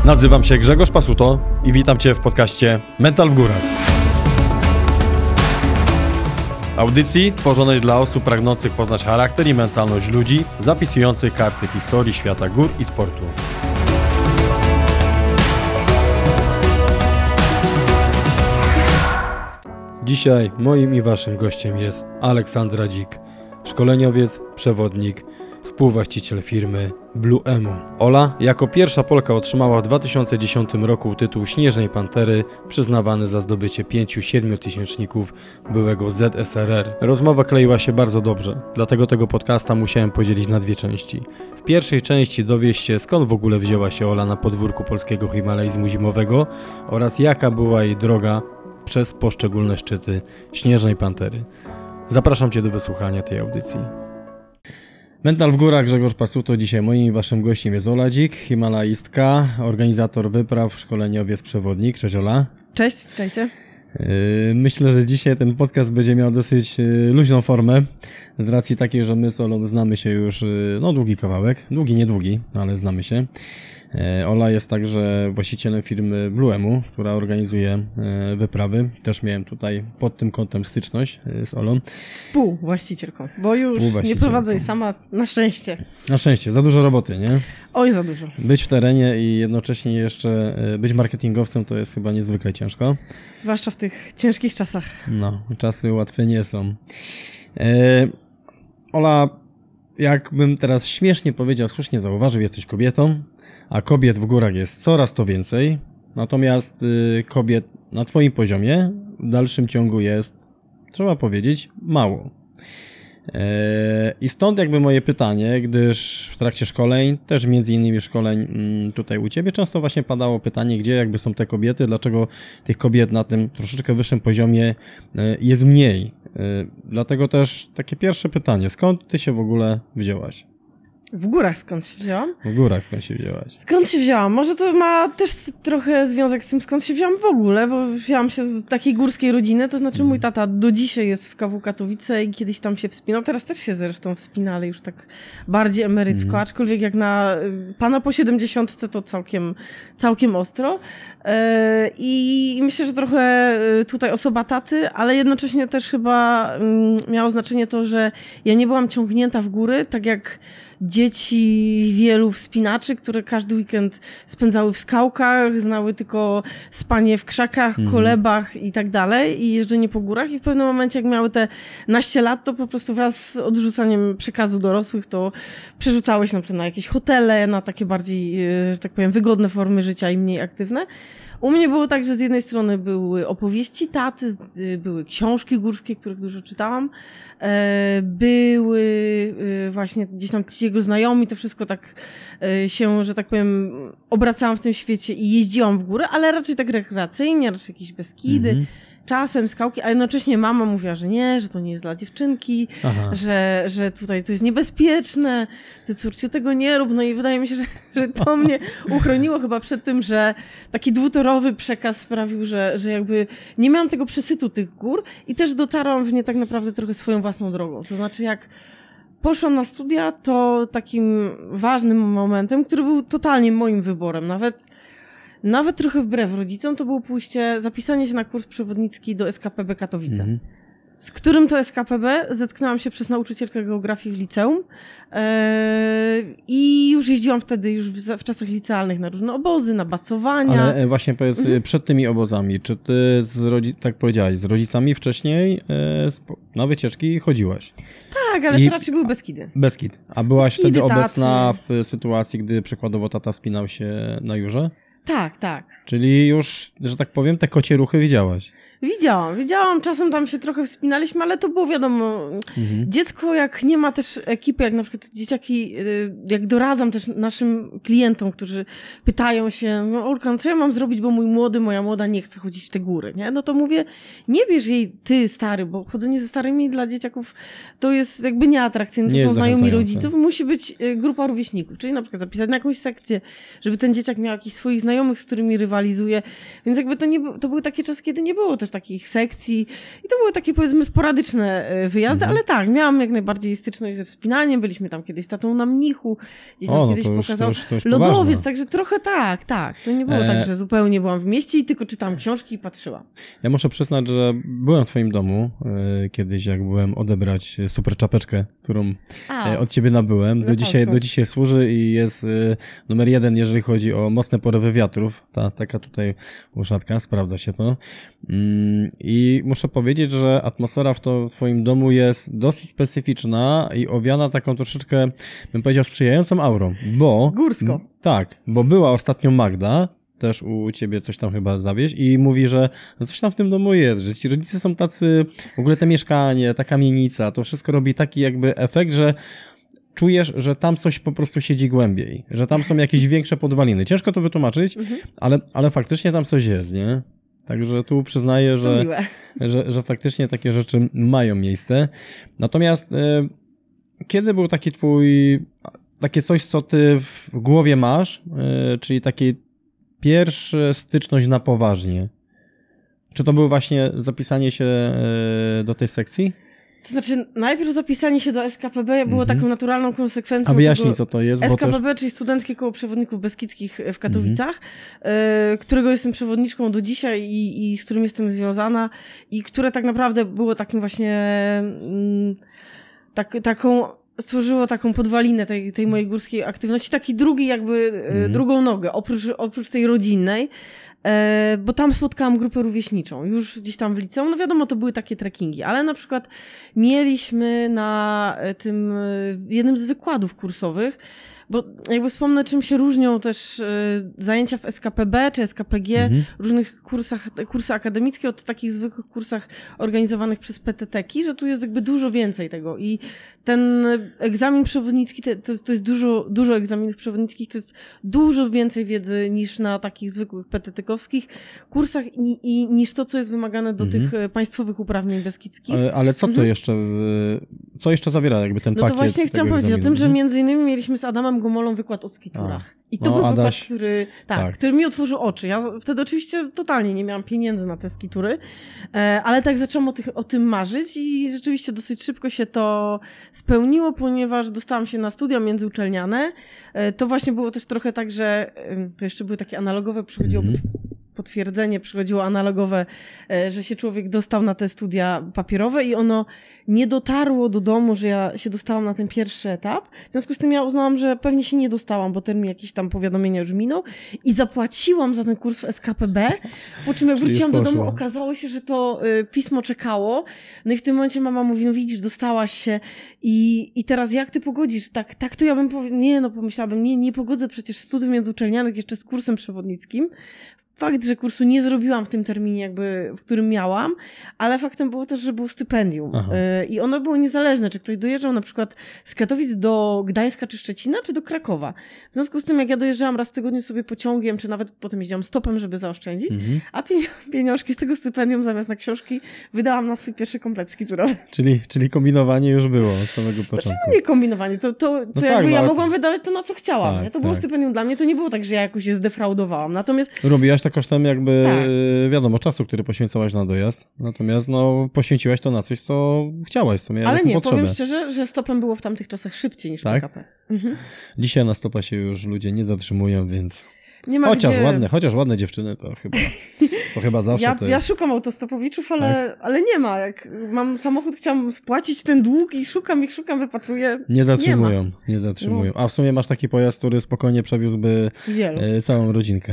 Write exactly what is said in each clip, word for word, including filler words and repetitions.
Nazywam się Grzegorz Pasuto i witam Cię w podcaście Mental w Górach. Audycji tworzonej dla osób pragnących poznać charakter i mentalność ludzi, zapisujących karty historii świata gór i sportu. Dzisiaj moim i Waszym gościem jest Aleksandra Dzik, szkoleniowiec, przewodnik, współwłaściciel firmy Blue Emu. Ola jako pierwsza Polka otrzymała w dwa tysiące dziesiątym roku tytuł Śnieżnej Pantery, przyznawany za zdobycie pięciu siedmiotysięczników byłego Z S R R. Rozmowa kleiła się bardzo dobrze, dlatego tego podcasta musiałem podzielić na dwie części. W pierwszej części dowiesz się, skąd w ogóle wzięła się Ola na podwórku polskiego himalaizmu zimowego oraz jaka była jej droga przez poszczególne szczyty Śnieżnej Pantery. Zapraszam Cię do wysłuchania tej audycji. Mental w Górach, Grzegorz Pasuto. Dzisiaj moim i Waszym gościem jest Ola Dzik, himalaistka, organizator wypraw, szkoleniowiec, przewodnik. Cześć Ola. Cześć, witajcie. Myślę, że dzisiaj ten podcast będzie miał dosyć luźną formę, z racji takiej, że my z Olą znamy się już no długi kawałek, długi, niedługi, ale znamy się. Ola jest także właścicielem firmy Blue Emu, która organizuje wyprawy. Też miałem tutaj pod tym kątem styczność z Olą. Współwłaścicielką, bo już nie prowadzę jej sama, na szczęście. Na szczęście, za dużo roboty, nie? Oj, za dużo. Być w terenie i jednocześnie jeszcze być marketingowcem to jest chyba niezwykle ciężko. Zwłaszcza w tych ciężkich czasach. No, czasy łatwe nie są. E, Ola, jakbym teraz śmiesznie powiedział, słusznie zauważył, jesteś kobietą, a kobiet w górach jest coraz to więcej, natomiast y, kobiet na Twoim poziomie w dalszym ciągu jest, trzeba powiedzieć, mało. E, I stąd jakby moje pytanie, gdyż w trakcie szkoleń, też między innymi szkoleń m, tutaj u Ciebie, często właśnie padało pytanie, gdzie jakby są te kobiety, dlaczego tych kobiet na tym troszeczkę wyższym poziomie y, jest mniej. Y, dlatego też takie pierwsze pytanie, skąd Ty się w ogóle wzięłaś? W górach skąd się wzięłam? W górach skąd się wzięłaś? Skąd się wzięłam? Może to ma też trochę związek z tym, skąd się wzięłam w ogóle, bo wzięłam się z takiej górskiej rodziny, to znaczy mój tata do dzisiaj jest w K W Katowice i kiedyś tam się wspinał, teraz też się zresztą wspina, ale już tak bardziej emerycko, mm. aczkolwiek jak na pana po siedemdziesiątce to całkiem, całkiem ostro. I myślę, że trochę tutaj osoba taty, ale jednocześnie też chyba miało znaczenie to, że ja nie byłam ciągnięta w góry, tak jak dzieci wielu wspinaczy, które każdy weekend spędzały w skałkach, znały tylko spanie w krzakach, mm. kolebach i tak dalej i jeżdżenie po górach i w pewnym momencie jak miały te naście lat, to po prostu wraz z odrzucaniem przekazu dorosłych to przerzucały się na przykład na jakieś hotele, na takie bardziej, że tak powiem, wygodne formy życia i mniej aktywne. U mnie było tak, że z jednej strony były opowieści taty, były książki górskie, których dużo czytałam, były właśnie gdzieś tam ci jego znajomi, to wszystko tak się, że tak powiem, obracałam w tym świecie i jeździłam w górę, ale raczej tak rekreacyjnie, raczej jakieś Beskidy. Mm-hmm. Czasem skałki, a jednocześnie mama mówiła, że nie, że to nie jest dla dziewczynki, że, że tutaj to jest niebezpieczne, ty córciu tego nie rób, no i wydaje mi się, że, że to mnie uchroniło chyba przed tym, że taki dwutorowy przekaz sprawił, że, że jakby nie miałam tego przesytu tych gór i też dotarłam w nie tak naprawdę trochę swoją własną drogą, to znaczy jak poszłam na studia, to takim ważnym momentem, który był totalnie moim wyborem, nawet Nawet trochę wbrew rodzicom, to było pójście, zapisanie się na kurs przewodnicki do S K P B Katowice. Mm-hmm. Z którym to S K P B zetknęłam się przez nauczycielkę geografii w liceum yy, i już jeździłam wtedy już w, w czasach licealnych na różne obozy, na bacowania. Ale właśnie powiedz, mm-hmm. przed tymi obozami, czy ty, z rodzi- tak powiedziałaś, z rodzicami wcześniej yy, na wycieczki chodziłaś? Tak, ale I to raczej były Beskidy. Beskid. A byłaś Beskidy, wtedy obecna Tatry. w sytuacji, gdy przykładowo tata spinał się na Jurze? Tak, tak. Czyli już, że tak powiem, te kocie ruchy widziałaś. Widziałam, widziałam, czasem tam się trochę wspinaliśmy, ale to było wiadomo, mhm. dziecko jak nie ma też ekipy, jak na przykład dzieciaki, jak doradzam też naszym klientom, którzy pytają się, no Olka, no co ja mam zrobić, bo mój młody, moja młoda nie chce chodzić w te góry, nie? No to mówię, nie bierz jej ty stary, bo chodzenie ze starymi dla dzieciaków to jest jakby nieatrakcyjne, to nie są znajomi rodziców, musi być grupa rówieśników, czyli na przykład zapisać na jakąś sekcję, żeby ten dzieciak miał jakichś swoich znajomych, znajomych, z którymi rywalizuję, więc jakby to, nie, to były takie czasy, kiedy nie było też takich sekcji i to były takie powiedzmy sporadyczne wyjazdy, mhm. ale tak, miałam jak najbardziej styczność ze wspinaniem, byliśmy tam kiedyś z tatą na mnichu, gdzieś tam o, no kiedyś to już, pokazał to już, to już lodowiec, poważne. także trochę tak, tak, to nie było e... tak, że zupełnie byłam w mieście i tylko czytałam książki i patrzyłam. Ja muszę przyznać, że byłem w twoim domu e, kiedyś, jak byłem odebrać super czapeczkę, którą A, e, od ciebie nabyłem. Do dzisiaj, do dzisiaj służy i jest e, numer jeden, jeżeli chodzi o mocne porywy wiatrów. Ta taka tutaj uszatka, sprawdza się to. Mm, I muszę powiedzieć, że atmosfera w, to, w twoim domu jest dosyć specyficzna i owiana taką troszeczkę, bym powiedział, sprzyjającą aurą, bo... Górsko. M, tak, bo była ostatnio Magda, też u ciebie coś tam chyba zawieźć i mówi, że coś tam w tym domu jest, że ci rodzice są tacy, w ogóle te mieszkanie, ta kamienica, to wszystko robi taki jakby efekt, że czujesz, że tam coś po prostu siedzi głębiej, że tam są jakieś większe podwaliny. Ciężko to wytłumaczyć, mhm. ale, ale faktycznie tam coś jest, nie? Także tu przyznaję, że, że, że faktycznie takie rzeczy mają miejsce. Natomiast e, kiedy był taki twój, takie coś, co ty w głowie masz, e, czyli taki pierwsza styczność na poważnie. Czy to było właśnie zapisanie się do tej sekcji? To znaczy, najpierw zapisanie się do S K P B było mm-hmm. taką naturalną konsekwencją. A wyjaśnij, co to jest. S K P B, bo też... czyli Studenckie Koło Przewodników Beskidzkich w Katowicach, mm-hmm. y, którego jestem przewodniczką do dzisiaj i, i z którym jestem związana i które tak naprawdę było takim właśnie mm, tak, taką stworzyło taką podwalinę tej, tej mojej górskiej aktywności, taki drugi jakby, mm. drugą nogę, oprócz, oprócz tej rodzinnej, e, bo tam spotkałam grupę rówieśniczą, już gdzieś tam w liceum, no wiadomo, to były takie trekkingi, ale na przykład mieliśmy na tym, jednym z wykładów kursowych, bo jakby wspomnę, czym się różnią też y, zajęcia w S K P B czy S K P G, mhm. różnych kursach, kursy akademickie od takich zwykłych kursach organizowanych przez P T T-ki, że tu jest jakby dużo więcej tego i ten egzamin przewodnicki, to, to jest dużo, dużo egzaminów przewodnickich, to jest dużo więcej wiedzy niż na takich zwykłych P T T-kowskich kursach i, i niż to, co jest wymagane do mhm. tych państwowych uprawnień beskidzkich. Ale, ale co to mhm. jeszcze, co jeszcze zawiera jakby ten no pakiet? No to właśnie chciałam powiedzieć egzaminu. o tym, że między innymi mieliśmy z Adamem Gomolą wykład o skiturach. A. I to no, był Adaś... wykład, który, tak, tak. który mi otworzył oczy. Ja wtedy oczywiście totalnie nie miałam pieniędzy na te skitury, ale tak zaczęłam o, tych, o tym marzyć i rzeczywiście dosyć szybko się to spełniło, ponieważ dostałam się na studia międzyuczelniane. To właśnie było też trochę tak, że to jeszcze były takie analogowe, przychodziło mm-hmm. potwierdzenie, przychodziło analogowe, że się człowiek dostał na te studia papierowe i ono nie dotarło do domu, że ja się dostałam na ten pierwszy etap. W związku z tym ja uznałam, że pewnie się nie dostałam, bo termin jakiś tam powiadomienia już minął i zapłaciłam za ten kurs w S K P B, po czym jak Czyli wróciłam do domu, okazało się, że to y, pismo czekało. No i w tym momencie mama mówi, no widzisz, dostałaś się i, i teraz jak ty pogodzisz? Tak, tak to ja bym powiedziała, nie no pomyślałabym, nie, nie pogodzę przecież studiów międzyuczelnianych jeszcze z kursem przewodnickim. Fakt, że kursu nie zrobiłam w tym terminie, jakby, w którym miałam, ale faktem było też, że było stypendium. Aha. I ono było niezależne, czy ktoś dojeżdżał na przykład z Katowic do Gdańska czy Szczecina, czy do Krakowa. W związku z tym, jak ja dojeżdżałam raz w tygodniu sobie pociągiem, czy nawet potem jeździłam stopem, żeby zaoszczędzić, mhm. a pieniążki z tego stypendium zamiast na książki wydałam na swój pierwszy komplet skiturowy. Czyli, czyli kombinowanie już było od samego początku. Znaczy, no nie kombinowanie, to, to, to no jakby tak, ja ale... mogłam wydawać to, na co chciałam. Tak, nie? To tak. było stypendium dla mnie, to nie było tak, że ja jakoś je zdefraudowałam. Natomiast... Robiłaś to kosztem jakby, tak. wiadomo, czasu, który poświęcałaś na dojazd. Natomiast no, poświęciłaś to na coś, co chciałaś, co miałaś Ale nie, potrzebę. powiem szczerze, że stopem było w tamtych czasach szybciej niż tak? P K P. Mhm. Dzisiaj na stopa się już ludzie nie zatrzymują, więc... Nie ma chociaż gdzie... ładne, chociaż ładne dziewczyny to chyba, to chyba zawsze ja, to jest... Ja szukam autostopowiczów, ale, tak? ale nie ma. Jak mam samochód, chciałam spłacić ten dług i szukam ich, szukam, wypatruję. Nie zatrzymują, nie, nie zatrzymują. No. A w sumie masz taki pojazd, który spokojnie przewiózłby e, całą rodzinkę.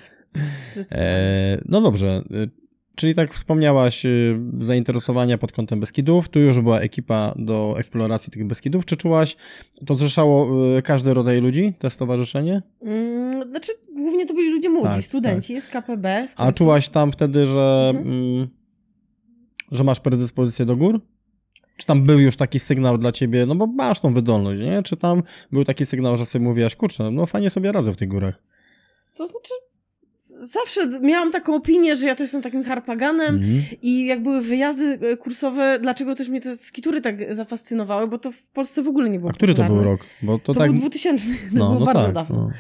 e, no dobrze. Czyli tak wspomniałaś, zainteresowania pod kątem Beskidów. Tu już była ekipa do eksploracji tych Beskidów. Czy czułaś, to zrzeszało każdy rodzaj ludzi, to stowarzyszenie? Mm, znaczy, głównie to byli ludzie młodzi, tak, studenci, tak. Z K P B. A czułaś tam wtedy, że, mhm. mm, że masz predyspozycję do gór? Czy tam był już taki sygnał dla ciebie, no bo masz tą wydolność, nie? Czy tam był taki sygnał, że sobie mówiłaś, kurczę, no fajnie sobie radzę w tych górach? To znaczy... zawsze miałam taką opinię, że ja to jestem takim harpaganem Mhm. i jak były wyjazdy kursowe, dlaczego też mnie te skitury tak zafascynowały, bo to w Polsce w ogóle nie było A który to popularne. był rok? Bo to, To tak... był dwutysięczny, to No, było no bardzo tak, dawno. no.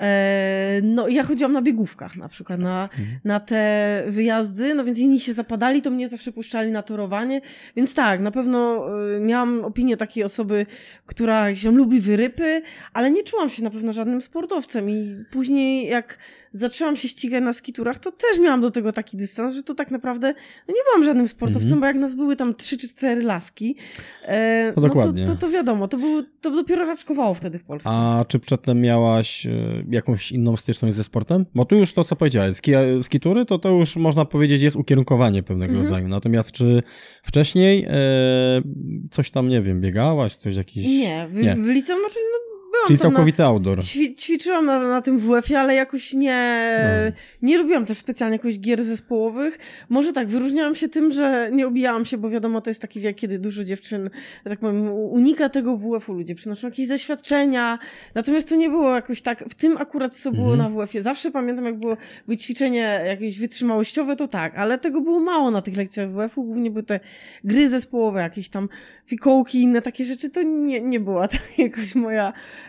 E, no i ja chodziłam na biegówkach na przykład, na, Mhm. na te wyjazdy, no więc inni się zapadali, to mnie zawsze puszczali na torowanie, więc tak, na pewno y, miałam opinię takiej osoby, która gdzieś tam lubi wyrypy, ale nie czułam się na pewno żadnym sportowcem i później jak zaczęłam się ścigać na skiturach, to też miałam do tego taki dystans, że to tak naprawdę no nie byłam żadnym sportowcem, Mhm. bo jak nas były tam trzy czy cztery laski, e, To no dokładnie. to, to, to wiadomo, to, było, to dopiero raczkowało wtedy w Polsce. A czy przedtem miałaś e, jakąś inną styczność ze sportem? Bo tu już to, co powiedziałeś, ski, skitury, to to już można powiedzieć jest ukierunkowanie pewnego Mhm. rodzaju. Natomiast czy wcześniej e, coś tam, nie wiem, biegałaś, coś jakiś... Nie, w, Nie. w liceum, znaczy no byłam Czyli tam na, całkowity outdoor. ćwi, ćwiczyłam na, na tym W F-ie, ale jakoś nie, No. nie lubiłam też specjalnie jakoś gier zespołowych. Może tak, wyróżniałam się tym, że nie obijałam się, bo wiadomo, to jest taki wiek, kiedy dużo dziewczyn, że tak powiem, unika tego W F-u, ludzie przynoszą jakieś zaświadczenia, natomiast to nie było jakoś tak, w tym akurat co było Mhm. na W F-ie. Zawsze pamiętam, jak było były ćwiczenie jakieś wytrzymałościowe, to tak, ale tego było mało na tych lekcjach W F-u, głównie były te gry zespołowe, jakieś tam fikołki, inne takie rzeczy, to nie, nie była to jakoś moja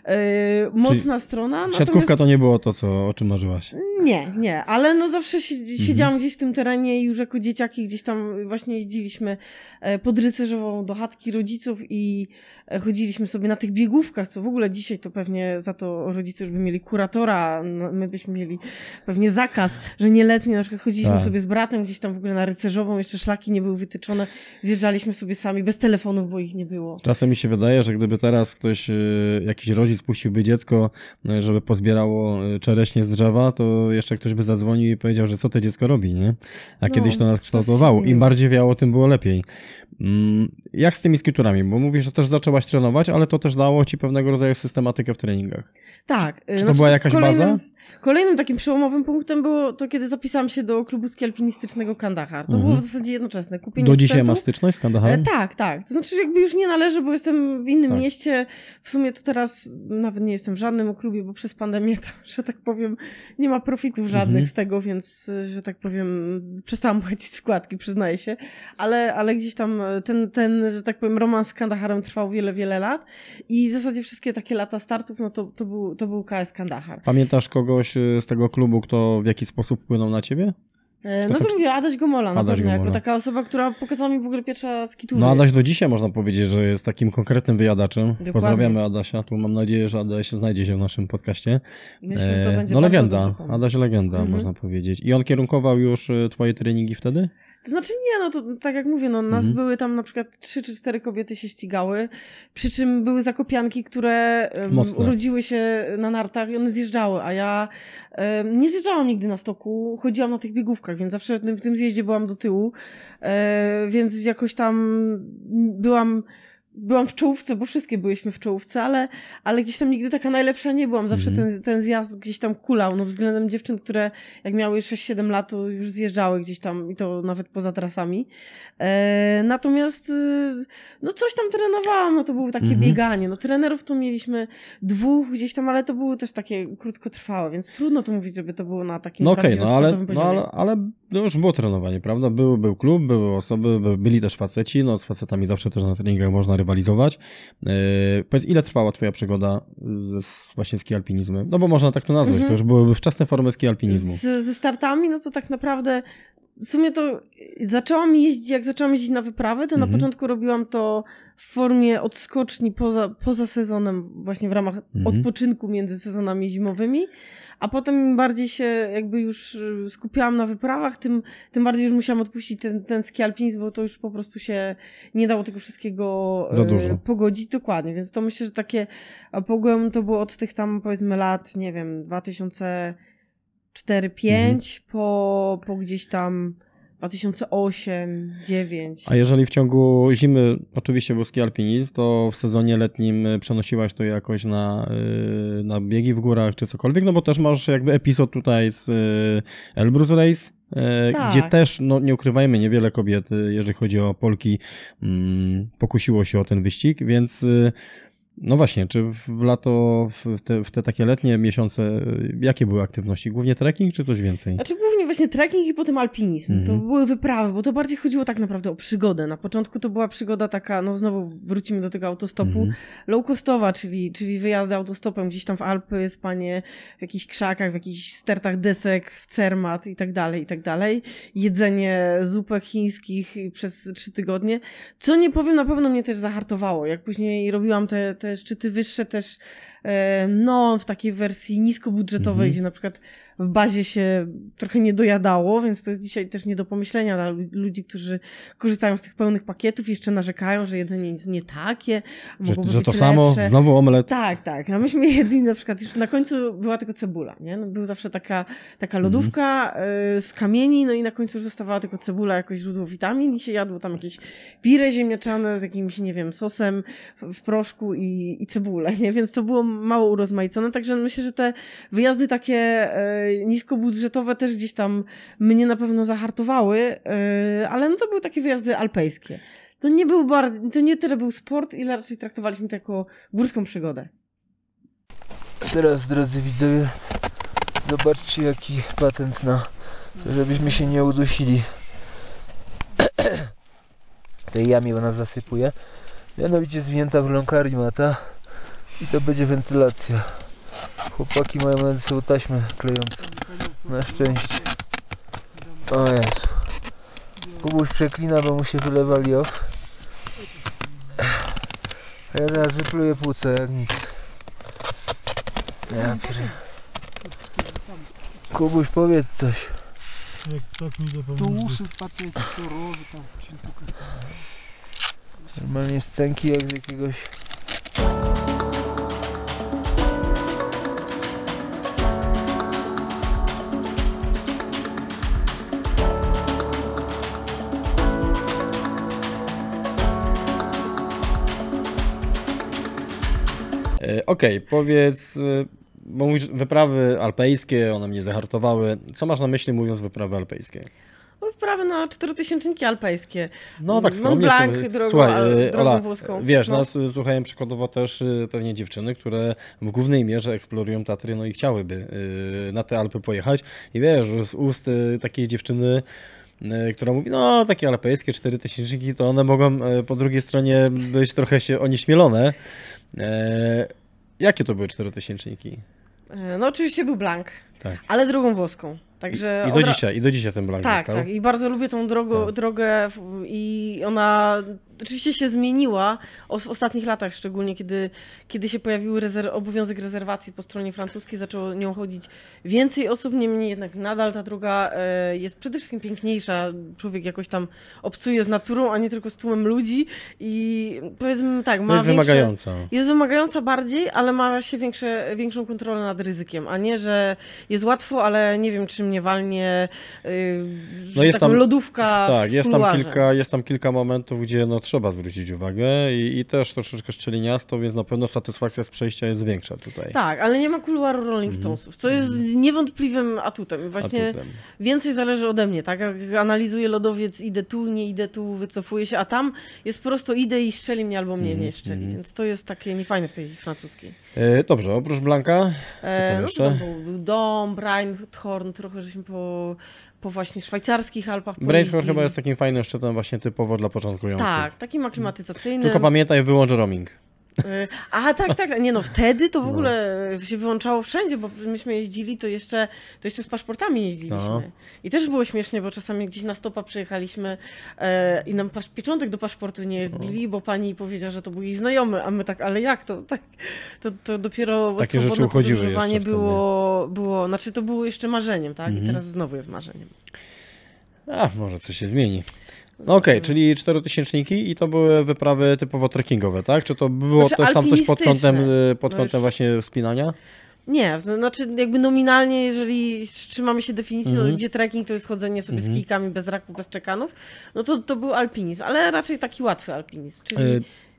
e, mocna strona. Siatkówka to nie było to, co, o czym marzyłaś. Nie, nie, ale no zawsze si- Mhm. siedziałam gdzieś w tym terenie i już jako dzieciaki gdzieś tam właśnie jeździliśmy e, pod rycerzową do chatki rodziców i e, chodziliśmy sobie na tych biegówkach, co w ogóle dzisiaj to pewnie za to rodzice już by mieli kuratora, no, my byśmy mieli pewnie zakaz, że nieletni na przykład chodziliśmy Tak. sobie z bratem gdzieś tam w ogóle na rycerzową, jeszcze szlaki nie były wytyczone, zjeżdżaliśmy sobie sami, bez telefonów, bo ich nie było. Czasem mi się wydaje, że gdyby teraz ktoś, y, jakiś rodzic puściłby dziecko, y, żeby pozbierało y, czereśnie z drzewa, to jeszcze ktoś by zadzwonił i powiedział, że co to dziecko robi, nie? A No, kiedyś to nas to się kształtowało. Im zmieniło. bardziej wiało, tym było lepiej. Mm, Jak z tymi skiturami? Bo mówisz, że też zaczęłaś trenować, ale to też dało ci pewnego rodzaju systematykę w treningach. Tak. Czy to była jakaś baza? Kolejnym takim przełomowym punktem było to, kiedy zapisałam się do klubu ski alpinistycznego Kandahar. To Mhm. było w zasadzie jednoczesne. Kupienie Do dzisiaj sprzętu. masz styczność z E, Kandaharem? tak, tak. To znaczy jakby już nie należy, bo jestem w innym Tak. mieście. W sumie to teraz nawet nie jestem w żadnym klubie, bo przez pandemię, to, że tak powiem, nie ma profitów żadnych Mhm. z tego, więc, że tak powiem, przestałam płacić składki, przyznaję się. Ale, ale gdzieś tam ten, ten, że tak powiem, romans z Kandaharem trwał wiele, wiele lat i w zasadzie wszystkie takie lata startów, no to, to, był, to był K S Kandahar. Pamiętasz kogoś y, z tego klubu, kto w jakiś sposób wpłynął na ciebie? E, To No tak- to mówię, Adaś Gomola na Adaś pewno, Gomola. jako taka osoba, która pokazała mi w ogóle pierwsza skitury. No Adaś do dzisiaj można powiedzieć, że jest takim konkretnym wyjadaczem. Dokładnie. Pozdrawiamy Adasia, tu mam nadzieję, że Adaś znajdzie się w naszym podcaście. Myślę, że to E, będzie no bardzo legenda, dobry pomysł. Adaś legenda, Mhm. można powiedzieć. I on kierunkował już y, twoje treningi wtedy? To znaczy nie, no to tak jak mówię, no nas Mhm. były tam na przykład trzy czy cztery kobiety się ścigały, przy czym były zakopianki, które em, Mocne. urodziły się na nartach i one zjeżdżały, a ja em, nie zjeżdżałam nigdy na stoku, chodziłam na tych biegówkach, więc zawsze w tym, w tym zjeździe byłam do tyłu, e, więc jakoś tam byłam byłam w czołówce, bo wszystkie byłyśmy w czołówce, ale, ale gdzieś tam nigdy taka najlepsza nie byłam. Zawsze Mhm. ten, ten zjazd gdzieś tam kulał, no względem dziewczyn, które jak miały sześć siedem lat, to już zjeżdżały gdzieś tam i to nawet poza trasami. E, natomiast y, no coś tam trenowałam, no to było takie Mhm. bieganie. No trenerów to mieliśmy dwóch gdzieś tam, ale to były też takie krótkotrwałe, więc trudno to mówić, żeby to było na takim No okej, prawdziwym no ale, sportowym no poziomie. ale, ale no już było trenowanie, prawda? Był, był klub, były osoby, by, byli też faceci, no z facetami zawsze też na treningach można rywalizować. Yy, powiedz, ile trwała twoja przygoda z, z właśnie ski alpinizmem? No bo można tak to nazwać, Mhm. to już byłyby wczesne formy ski alpinizmu. Z, ze startami, no to tak naprawdę w sumie to zaczęłam jeździć, jak zaczęłam jeździć na wyprawy, to Mhm. na początku robiłam to w formie odskoczni poza, poza sezonem, właśnie w ramach Mhm. odpoczynku między sezonami zimowymi, a potem im bardziej się jakby już y, skupiałam na wyprawach, tym, tym bardziej już musiałam odpuścić ten, ten ski alpinizm, bo to już po prostu się nie dało tego wszystkiego Za y, dużo. pogodzić. Dokładnie, więc to myślę, że takie pogłem to było od tych tam powiedzmy lat, nie wiem, dwa tysiące cztery pięć Mhm. po, po gdzieś tam dwa tysiące osiem dziewięć. A jeżeli w ciągu zimy oczywiście był ski alpinizm, to w sezonie letnim przenosiłaś to jakoś na, yy, na biegi w górach czy cokolwiek, no bo też masz jakby epizod tutaj z yy, Elbrus Race, yy, Tak. gdzie też, no nie ukrywajmy, niewiele kobiet, yy, jeżeli chodzi o Polki, mm, pokusiło się o ten wyścig, więc yy, No właśnie, czy w lato, w te, w te takie letnie miesiące, jakie były aktywności? Głównie trekking, czy coś więcej? Znaczy głównie właśnie trekking i potem alpinizm. Mm-hmm. To były wyprawy, bo to bardziej chodziło tak naprawdę o przygodę. Na początku to była przygoda taka, no znowu wrócimy do tego autostopu, mm-hmm. low-costowa, czyli, czyli wyjazdy autostopem gdzieś tam w Alpy, spanie w jakichś krzakach, w jakichś stertach desek, w Cermat i tak dalej, i tak dalej. Jedzenie zupek chińskich przez trzy tygodnie. Co nie powiem, na pewno mnie też zahartowało. Jak później robiłam te, te szczyty wyższe też, no w takiej wersji niskobudżetowej, mm-hmm. gdzie na przykład w bazie się trochę nie dojadało, więc to jest dzisiaj też nie do pomyślenia dla ludzi, którzy korzystają z tych pełnych pakietów i jeszcze narzekają, że jedzenie jest nie takie, że, mogłoby że być to lepsze. samo, znowu omelet. Tak, tak. No myśmy jedli na przykład, już na końcu była tylko cebula, nie? No, był zawsze taka, taka lodówka mm. y, z kamieni, no i na końcu już zostawała tylko cebula jako źródło witamin i się jadło tam jakieś pire ziemniaczane z jakimś, nie wiem, sosem w, w proszku i, i cebulę, nie? Więc to było mało urozmaicone, także myślę, że te wyjazdy takie y, niskobudżetowe też gdzieś tam mnie na pewno zahartowały, yy, ale no to były takie wyjazdy alpejskie. To nie był bardzo, to nie tyle był sport, ile raczej traktowaliśmy to jako górską przygodę. A teraz, drodzy widzowie, zobaczcie jaki patent na to, żebyśmy się nie udusili. Tej jamie ona zasypuje. Mianowicie zwinięta w rąkari mata i to będzie wentylacja. Chłopaki mają na sobą taśmę klejącą. Na szczęście. O Jezu. Kubuś przeklina, bo mu się wylewali off. A ja teraz wypluję płuca jak nic. Ja pier... Kubuś, powiedz coś. To uszy w pacjencie, to roży tam. Normalnie scenki jak z jakiegoś... Okej, okay, powiedz, bo mówisz wyprawy alpejskie, one mnie zahartowały. Co masz na myśli mówiąc wyprawy alpejskie? Wyprawy na czterotysięczniki alpejskie. No tak skromnie. Mont Blanc, drogą, Słuchaj, drogą Ola, włoską. Wiesz, no. nas słuchają przykładowo też pewnie dziewczyny, które w głównej mierze eksplorują Tatry, no i chciałyby na te Alpy pojechać. I wiesz, z ust takiej dziewczyny, która mówi, no takie alpejskie czterotysięczniki, to one mogą po drugiej stronie być trochę się onieśmielone. Jakie to były czterotysięczniki? No oczywiście był Blanc, tak. ale drogą włoską. Także I, i do odra... dzisiaj, i do dzisiaj ten Blanc tak, został. Tak, i bardzo lubię tą drogę, tak. drogę i ona oczywiście się zmieniła w ostatnich latach, szczególnie kiedy, kiedy się pojawił rezerw- obowiązek rezerwacji po stronie francuskiej, zaczęło nią chodzić więcej osób, niemniej jednak nadal ta droga jest przede wszystkim piękniejsza. Człowiek jakoś tam obcuje z naturą, a nie tylko z tłumem ludzi i powiedzmy tak, ma jest większe, wymagająca. Jest wymagająca bardziej, ale ma się większe, większą kontrolę nad ryzykiem, a nie, że jest łatwo, ale nie wiem, czy mnie walnie yy, no jest taką tam, lodówka Tak, w jest tam, kuluarze. kilka, jest tam kilka momentów, gdzie no, trzeba zwrócić uwagę i, i też troszeczkę szczeliniasto, więc na pewno satysfakcja z przejścia jest większa tutaj. Tak, ale nie ma kuluaru Rolling Stonesów, co jest niewątpliwym atutem. Właśnie atutem. Więcej zależy ode mnie, tak? Jak analizuję lodowiec, idę tu, nie idę tu, wycofuję się, a tam jest po prostu idę i strzeli mnie albo mnie mm, nie strzeli, mm. więc to jest takie niefajne w tej francuskiej. E, dobrze, oprócz Blanca, co tam e, jeszcze? No, był, był Dom, Breinthorn, trochę żeśmy po, po właśnie szwajcarskich Alpach Breinthorn chyba jest takim fajnym szczytem właśnie typowo dla początkujących. Tak, takim aklimatyzacyjnym. Tylko pamiętaj, wyłącz roaming. Aha, tak, tak. Nie no, wtedy to w ogóle no. się wyłączało wszędzie, bo myśmy jeździli, to jeszcze, to jeszcze z paszportami jeździliśmy. No. I też było śmiesznie, bo czasami gdzieś na stopa przyjechaliśmy e, i nam pasz, pieczątek do paszportu nie wbili, no. bo pani powiedziała, że to był jej znajomy, a my tak, ale jak to? Tak, to, to dopiero takie rzeczy uchodziły jeszcze było, było, znaczy to było jeszcze marzeniem, tak? Mhm. I teraz znowu jest marzeniem. A, może coś się zmieni. No okej, okay, czyli czterotysięczniki i to były wyprawy typowo trekkingowe, tak? Czy to było znaczy, też tam coś pod kątem, pod no kątem już... właśnie wspinania? Nie, znaczy jakby nominalnie, jeżeli trzymamy się definicji, mm-hmm. no, gdzie trekking to jest chodzenie sobie mm-hmm. z kijkami bez raków, bez czekanów, no to, to był alpinizm, ale raczej taki łatwy alpinizm, czyli... Y-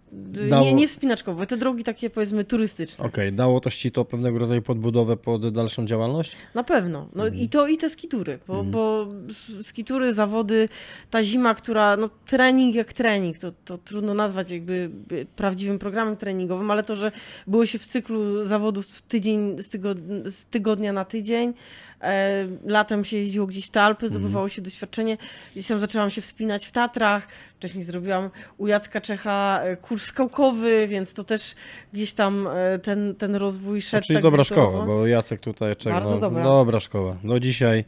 Dało- Nie, nie wspinaczkowe, te drogi takie powiedzmy turystyczne. Okej, dało też ci to pewnego rodzaju podbudowę pod dalszą działalność? Na pewno. No Mhm. i to i te skitury, bo, Mhm. bo skitury, zawody, ta zima, która, no trening jak trening, to, to trudno nazwać jakby prawdziwym programem treningowym, ale to, że było się w cyklu zawodów w tydzień, z, tygod z tygodnia na tydzień, e, latem się jeździło gdzieś w te Alpy, zdobywało się doświadczenie, gdzieś tam zaczęłam się wspinać w Tatrach, wcześniej zrobiłam u Jacka Czecha e, kurs skałkowy, więc to też gdzieś tam e, ten, ten rozwój szedł. Czyli tak dobra gruntowno. szkoła, bo Jacek tutaj czeka. Bardzo no, dobra. Dobra szkoła. No dzisiaj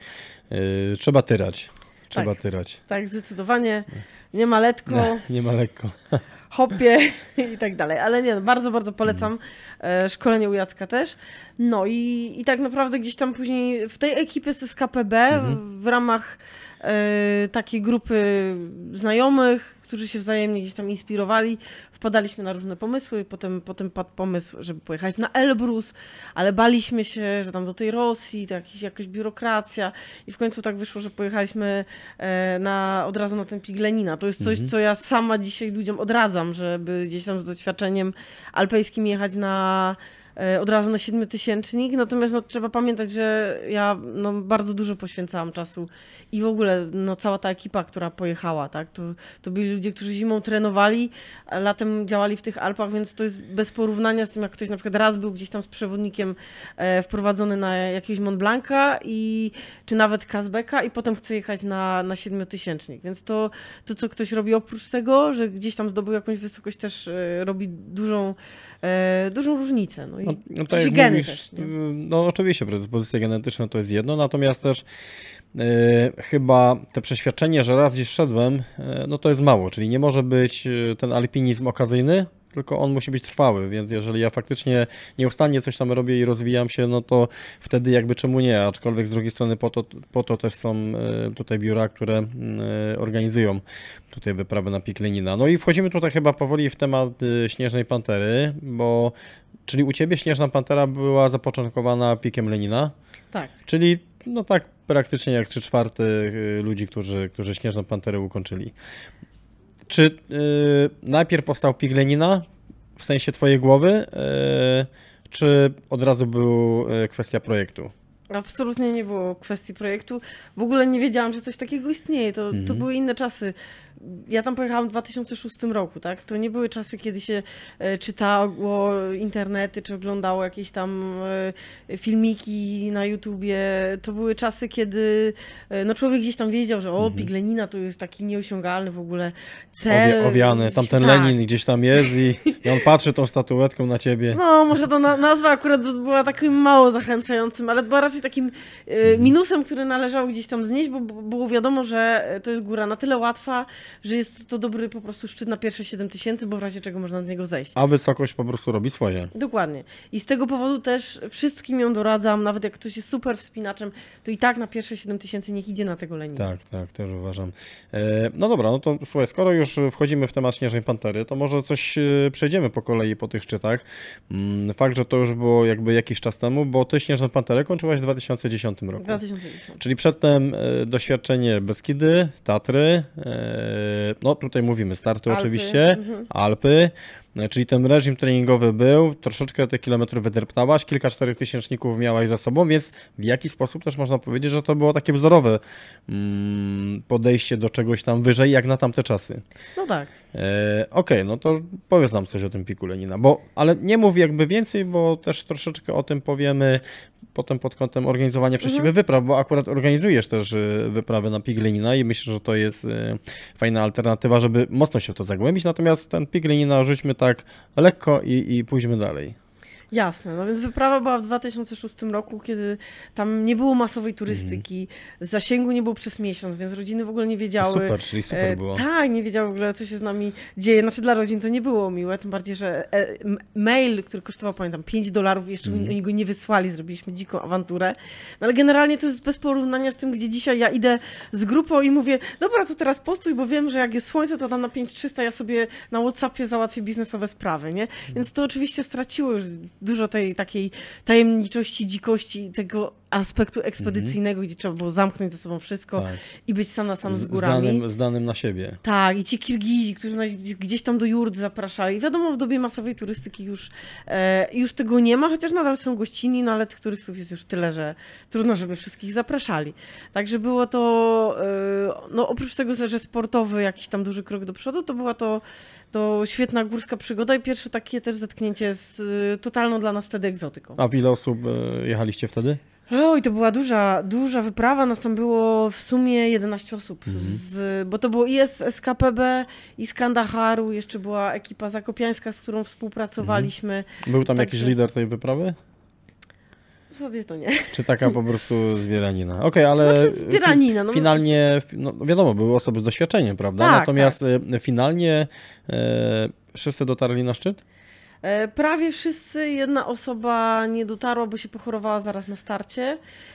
y, trzeba tyrać. Trzeba Tak. tyrać. Tak, zdecydowanie. Nie ma letko, Nie, nie ma lekko. hopie i tak dalej. Ale nie, no, bardzo, bardzo polecam e, szkolenie u Jacka też. No i, i tak naprawdę gdzieś tam później w tej ekipie z S K P B Mhm. w ramach e, takiej grupy znajomych, którzy się wzajemnie gdzieś tam inspirowali, wpadaliśmy na różne pomysły. Potem, potem padł pomysł, żeby pojechać na Elbrus, ale baliśmy się, że tam do tej Rosji, to jakiś, jakaś biurokracja i w końcu tak wyszło, że pojechaliśmy e, na, od razu na ten pik Lenina. To jest coś, Mhm. co ja sama dzisiaj ludziom odradzam, żeby gdzieś tam z doświadczeniem alpejskim jechać na e, od razu na siedmiotysięcznik, natomiast no, trzeba pamiętać, że ja no, bardzo dużo poświęcałam czasu i w ogóle no, cała ta ekipa, która pojechała, tak, to, to byli ludzie, którzy zimą trenowali, a latem działali w tych Alpach, więc to jest bez porównania z tym, jak ktoś na przykład raz był gdzieś tam z przewodnikiem e, wprowadzony na jakiegoś Mont Blanca i, czy nawet Kazbeka i potem chce jechać na, na siedmiotysięcznik, więc to, to, co ktoś robi oprócz tego, że gdzieś tam zdobył jakąś wysokość, też e, robi dużą, e, dużą różnicę. No i No, no tak oczywiście jak geny mówisz, też, nie? no oczywiście predyspozycje genetyczne to jest jedno, natomiast też e, chyba te przeświadczenie, że raz gdzieś wszedłem, e, no to jest mało, czyli nie może być e, ten alpinizm okazyjny, tylko on musi być trwały, więc jeżeli ja faktycznie nieustannie coś tam robię i rozwijam się, no to wtedy jakby czemu nie, aczkolwiek z drugiej strony po to, po to też są e, tutaj biura, które e, organizują tutaj wyprawę na pik Lenina. No i wchodzimy tutaj chyba powoli w temat e, Śnieżnej Pantery, bo czyli u Ciebie Śnieżna Pantera była zapoczątkowana pikiem Lenina, Tak. czyli no tak praktycznie jak trzy czwarte y, ludzi, którzy, którzy Śnieżną Panterę ukończyli. Czy y, najpierw powstał pik Lenina w sensie Twojej głowy, y, czy od razu był y, kwestia projektu? Absolutnie nie było kwestii projektu. W ogóle nie wiedziałam, że coś takiego istnieje. To, Mhm. to były inne czasy. Ja tam pojechałam w dwa tysiące szóstym roku, tak? To nie były czasy, kiedy się e, czytało internety, czy oglądało jakieś tam e, filmiki na YouTubie. To były czasy, kiedy e, no człowiek gdzieś tam wiedział, że o, Mhm. pik Lenina to jest taki nieosiągalny w ogóle cel. Owie, owiany, tamten Tak. Lenin gdzieś tam jest i, i on patrzy tą statuetką na Ciebie. No, może ta na- nazwa akurat była takim mało zachęcającym, ale była raczej takim e, minusem, który należało gdzieś tam znieść, bo bo było wiadomo, że to jest góra na tyle łatwa, że jest to dobry po prostu szczyt na pierwsze siedem tysięcy, bo w razie czego można z niego zejść. A wysokość po prostu robi swoje. Dokładnie. I z tego powodu też wszystkim ją doradzam, nawet jak ktoś jest super wspinaczem, to i tak na pierwsze siedem tysięcy niech idzie na tego Lenina. Tak, tak, też uważam. E, No dobra, no to słuchaj, skoro już wchodzimy w temat Śnieżnej Pantery, to może coś e, przejdziemy po kolei po tych szczytach. Mm, Fakt, że to już było jakby jakiś czas temu, bo Ty Śnieżną Panterę kończyłaś w dwa tysiące dziesiątym roku. dwa tysiące dziesiąty. Czyli przedtem e, doświadczenie Beskidy, Tatry, e, no tutaj mówimy starty Alpy, oczywiście, mhm. Alpy, e, czyli ten reżim treningowy był, troszeczkę te kilometry wydreptałaś, kilka czterech tysięczników miałaś za sobą, więc w jaki sposób też można powiedzieć, że to było takie wzorowe mm, podejście do czegoś tam wyżej, jak na tamte czasy. No tak. E, Okej, no to powiedz nam coś o tym piku Lenina, bo, ale nie mów jakby więcej, bo też troszeczkę o tym powiemy potem pod kątem organizowania przez Mhm. Ciebie wypraw, bo akurat organizujesz też e, wyprawy na pik Lenina i myślę, że to jest e, fajna alternatywa, żeby mocno się w to zagłębić, natomiast ten pik Lenina rzućmy tak lekko i, i pójdźmy dalej. Jasne, no więc wyprawa była w dwa tysiące szóstym roku, kiedy tam nie było masowej turystyki, zasięgu nie było przez miesiąc, więc rodziny w ogóle nie wiedziały. Super, czyli super E, było. Tak, nie wiedziały w ogóle, co się z nami dzieje. Znaczy dla rodzin to nie było miłe, tym bardziej, że e, m- mail, który kosztował, pamiętam, pięć dolarów, jeszcze Mhm. oni go nie wysłali, zrobiliśmy dziką awanturę. No ale generalnie to jest bez porównania z tym, gdzie dzisiaj ja idę z grupą i mówię, dobra, to teraz postuj, bo wiem, że jak jest słońce, to tam na pięć tysięcy trzysta ja sobie na WhatsAppie załatwię biznesowe sprawy, nie? Więc to oczywiście straciło już dużo tej takiej tajemniczości, dzikości, tego aspektu ekspedycyjnego, mm-hmm. gdzie trzeba było zamknąć ze sobą wszystko tak. i być sam na sam z, z górami. Zdanym, zdanym na siebie. Tak, i ci Kirgizi, którzy nas gdzieś tam do jurt zapraszali. Wiadomo, w dobie masowej turystyki już, e, już tego nie ma, chociaż nadal są gościnni, no ale tych turystów jest już tyle, że trudno, żeby wszystkich zapraszali. Także było to, e, no oprócz tego, że sportowy jakiś tam duży krok do przodu, to była to To świetna górska przygoda i pierwsze takie też zetknięcie z y, totalną dla nas wtedy egzotyką. A w ile osób y, jechaliście wtedy? Oj, to była duża, duża wyprawa. Nas tam było w sumie jedenaście osób. Mhm. Z, bo to było i z S K P B, i z Kandaharu, jeszcze była ekipa zakopiańska, z którą współpracowaliśmy. Mhm. Był tam Także... jakiś lider tej wyprawy? W zasadzie to nie. Czy taka po prostu zbieranina? Okej, okay, ale znaczy zbieranina, no. finalnie, no wiadomo, były osoby z doświadczeniem, prawda? Tak, Natomiast tak. finalnie e, wszyscy dotarli na szczyt? E, prawie wszyscy. Jedna osoba nie dotarła, bo się pochorowała zaraz na starcie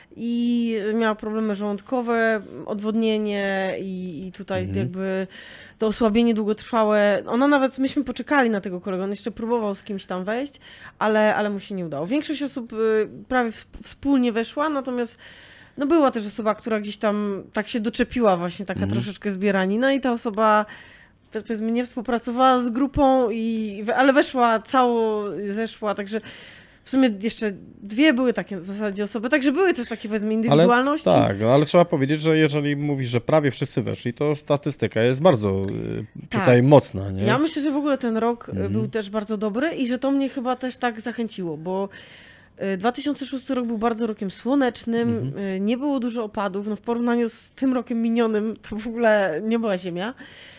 i miała problemy żołądkowe, odwodnienie i, i tutaj mhm. jakby to osłabienie długotrwałe. Ona nawet, myśmy poczekali na tego kolegę, on jeszcze próbował z kimś tam wejść, ale, ale mu się nie udało. Większość osób y, prawie wspólnie weszła, natomiast no była też osoba, która gdzieś tam tak się doczepiła właśnie, taka mhm. troszeczkę zbieranina i ta osoba powiedzmy nie współpracowała z grupą, i, ale weszła cało, zeszła, także w sumie jeszcze dwie były takie w zasadzie osoby, także były też takie powiedzmy indywidualności. Ale, tak, ale trzeba powiedzieć, że jeżeli mówisz, że prawie wszyscy weszli, to statystyka jest bardzo tutaj tak. mocna. Nie? Ja myślę, że w ogóle ten rok mhm. był też bardzo dobry i że to mnie chyba też tak zachęciło, bo dwa tysiące szósty rok był bardzo rokiem słonecznym, mhm. nie było dużo opadów, no w porównaniu z tym rokiem minionym to w ogóle nie była ziemia.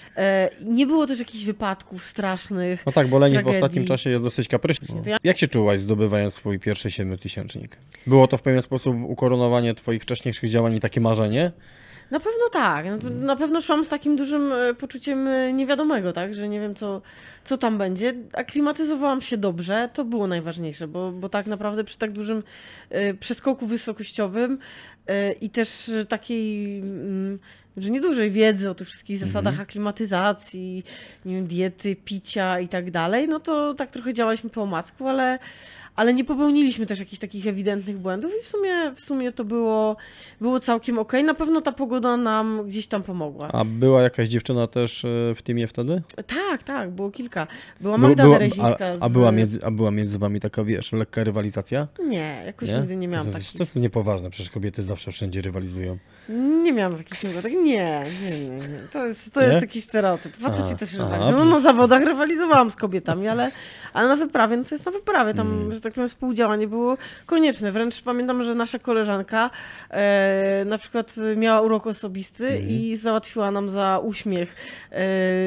Nie było też jakichś wypadków strasznych. No tak, bo Lenit w ostatnim czasie jest dosyć kapryśny. No. Ja... Jak się czułaś zdobywając swój pierwszy siedmiotysięcznik? Było to w pewien sposób ukoronowanie twoich wcześniejszych działań i takie marzenie? Na pewno tak. Na pewno szłam z takim dużym poczuciem niewiadomego, tak, że nie wiem co, co tam będzie. Aklimatyzowałam się dobrze, to było najważniejsze, bo, bo tak naprawdę przy tak dużym przeskoku wysokościowym i też takiej... że niedużej wiedzy o tych wszystkich zasadach mm-hmm. aklimatyzacji, nie wiem, diety, picia i tak dalej, no to tak trochę działaliśmy po omacku, ale, ale nie popełniliśmy też jakichś takich ewidentnych błędów i w sumie, w sumie to było, było całkiem okej. Na pewno ta pogoda nam gdzieś tam pomogła. A była jakaś dziewczyna też w teamie wtedy? Tak, tak, było kilka. Była Magda była, Derezińska. A, a, była między, a była między wami taka, wiesz, lekka rywalizacja? Nie, jakoś nie? nigdy nie miałam takich. To jest niepoważne, przecież kobiety zawsze wszędzie rywalizują. Nie miałam takich sympatii. Nie, nie, nie, nie. To jest, to jest jakiś stereotyp. Faceci aha, też rywalizują. No, na zawodach rywalizowałam z kobietami, ale, ale na wyprawie, no to jest na wyprawie. Tam, hmm. że tak powiem, współdziałanie było konieczne. Wręcz pamiętam, że nasza koleżanka e, na przykład miała urok osobisty hmm. i załatwiła nam za uśmiech, e,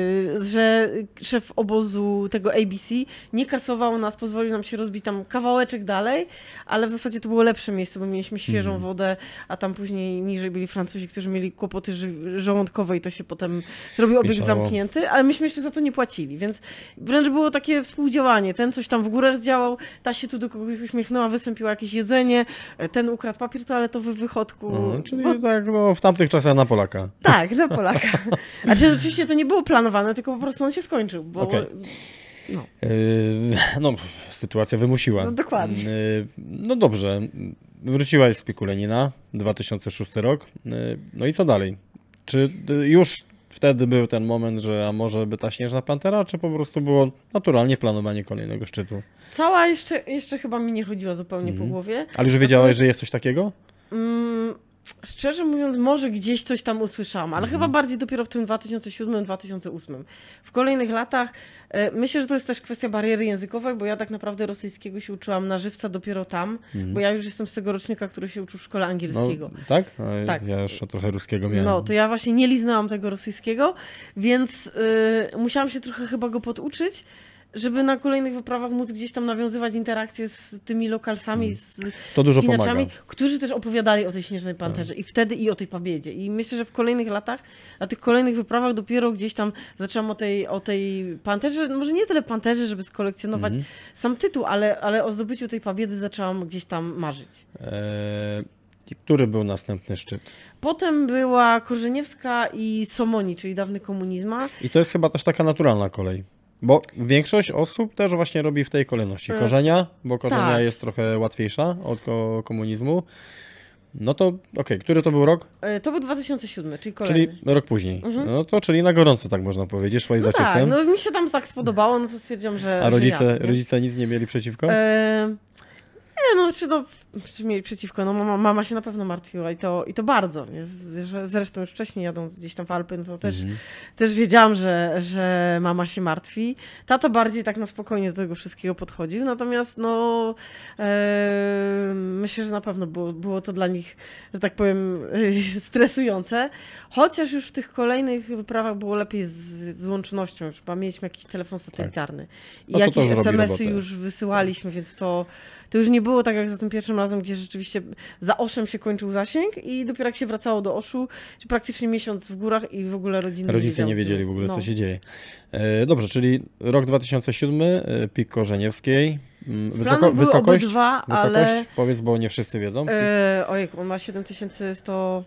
że szef obozu tego A B C nie kasował nas, pozwolił nam się rozbić tam kawałeczek dalej, ale w zasadzie to było lepsze miejsce, bo mieliśmy świeżą hmm. wodę, a tam później niżej byli Francuzi, którzy mieli kłopoty żołądkowe i to się potem zrobił obiekt Pisało. zamknięty, ale myśmy jeszcze za to nie płacili, więc wręcz było takie współdziałanie. Ten coś tam w górę zdziałał, ta się tu do kogoś uśmiechnęła, wystąpiła jakieś jedzenie, ten ukradł papier toaletowy w wychodku. Mhm, czyli bo... tak, no w tamtych czasach na Polaka. Tak, na Polaka. Znaczy oczywiście to nie było planowane, tylko po prostu on się skończył, bo... Okay. No. Yy, no, sytuacja wymusiła. No dokładnie. Yy, no dobrze. Wróciłaś z pieku Lenina, dwa tysiące szósty rok. No i co dalej? Czy już wtedy był ten moment, że a może by ta Śnieżna Pantera, czy po prostu było naturalnie planowanie kolejnego szczytu? Cała jeszcze, jeszcze chyba mi nie chodziła zupełnie mm. po głowie. Ale już wiedziałaś, że jest coś takiego? Mm, szczerze mówiąc, może gdzieś coś tam usłyszałam, ale mm. chyba bardziej dopiero w tym dwa tysiące siódmym, dwa tysiące ósmym. W kolejnych latach myślę, że to jest też kwestia bariery językowej, bo ja tak naprawdę rosyjskiego się uczyłam na żywca dopiero tam, mm. bo ja już jestem z tego rocznika, który się uczył w szkole angielskiego. No, tak? A tak? Ja już trochę ruskiego miałem. No, to ja właśnie nie liznęłam tego rosyjskiego, więc yy, musiałam się trochę chyba go poduczyć, żeby na kolejnych wyprawach móc gdzieś tam nawiązywać interakcje z tymi lokalsami, hmm. z to dużo pomaga. Którzy też opowiadali o tej Śnieżnej Panterze tak. i wtedy i o tej Pabiedzie. I myślę, że w kolejnych latach, na tych kolejnych wyprawach dopiero gdzieś tam zaczęłam o tej, o tej Panterze, może nie tyle Panterze, żeby skolekcjonować hmm. sam tytuł, ale, ale o zdobyciu tej Pabiedy zaczęłam gdzieś tam marzyć. Eee, który był następny szczyt? Potem była Korzeniewska i Somoni, czyli dawny komunizma. I to jest chyba też taka naturalna kolej. Bo większość osób też właśnie robi w tej kolejności. E, Korzenia, bo korzenia tak. jest trochę łatwiejsza od ko- komunizmu. No to okej, który to był rok? E, To był dwa tysiące siódmy, czyli kolejny. Czyli rok później. Mhm. No to czyli na gorąco, tak można powiedzieć, szłaś No za tak, ciosem. no mi się tam tak spodobało, no to stwierdziłam, że A rodzice, że ja, nie? rodzice nic nie mieli przeciwko? E, Nie, no czy no, czy mieli przeciwko, no mama, mama się na pewno martwiła i to, i to bardzo, nie? Z, że zresztą już wcześniej jadąc gdzieś tam w Alpy, no to też, Mhm. też wiedziałam, że, że mama się martwi. Tato bardziej tak na spokojnie do tego wszystkiego podchodził, natomiast no e, myślę, że na pewno było, było to dla nich, że tak powiem, stresujące, chociaż już w tych kolejnych wyprawach było lepiej z, z łącznością, już chyba mieliśmy jakiś telefon satelitarny i No to jakieś też robi es em esy robotę. już wysyłaliśmy, więc to to już nie było tak jak za tym pierwszym razem, gdzie rzeczywiście za Oszem się kończył zasięg i dopiero jak się wracało do Oszu, czy praktycznie miesiąc w górach i w ogóle rodziny Rodzice nie gdzie wiedzieli jest. w ogóle, No. co się dzieje. E, dobrze, czyli rok dwa tysiące siódmy, e, pik Korzeniewskiej. Mm, Plany Wysoko, były wysokość? obydwa, Wysokość? ale... Powiedz, bo nie wszyscy wiedzą. E, ojej, on ma siedem tysięcy sto...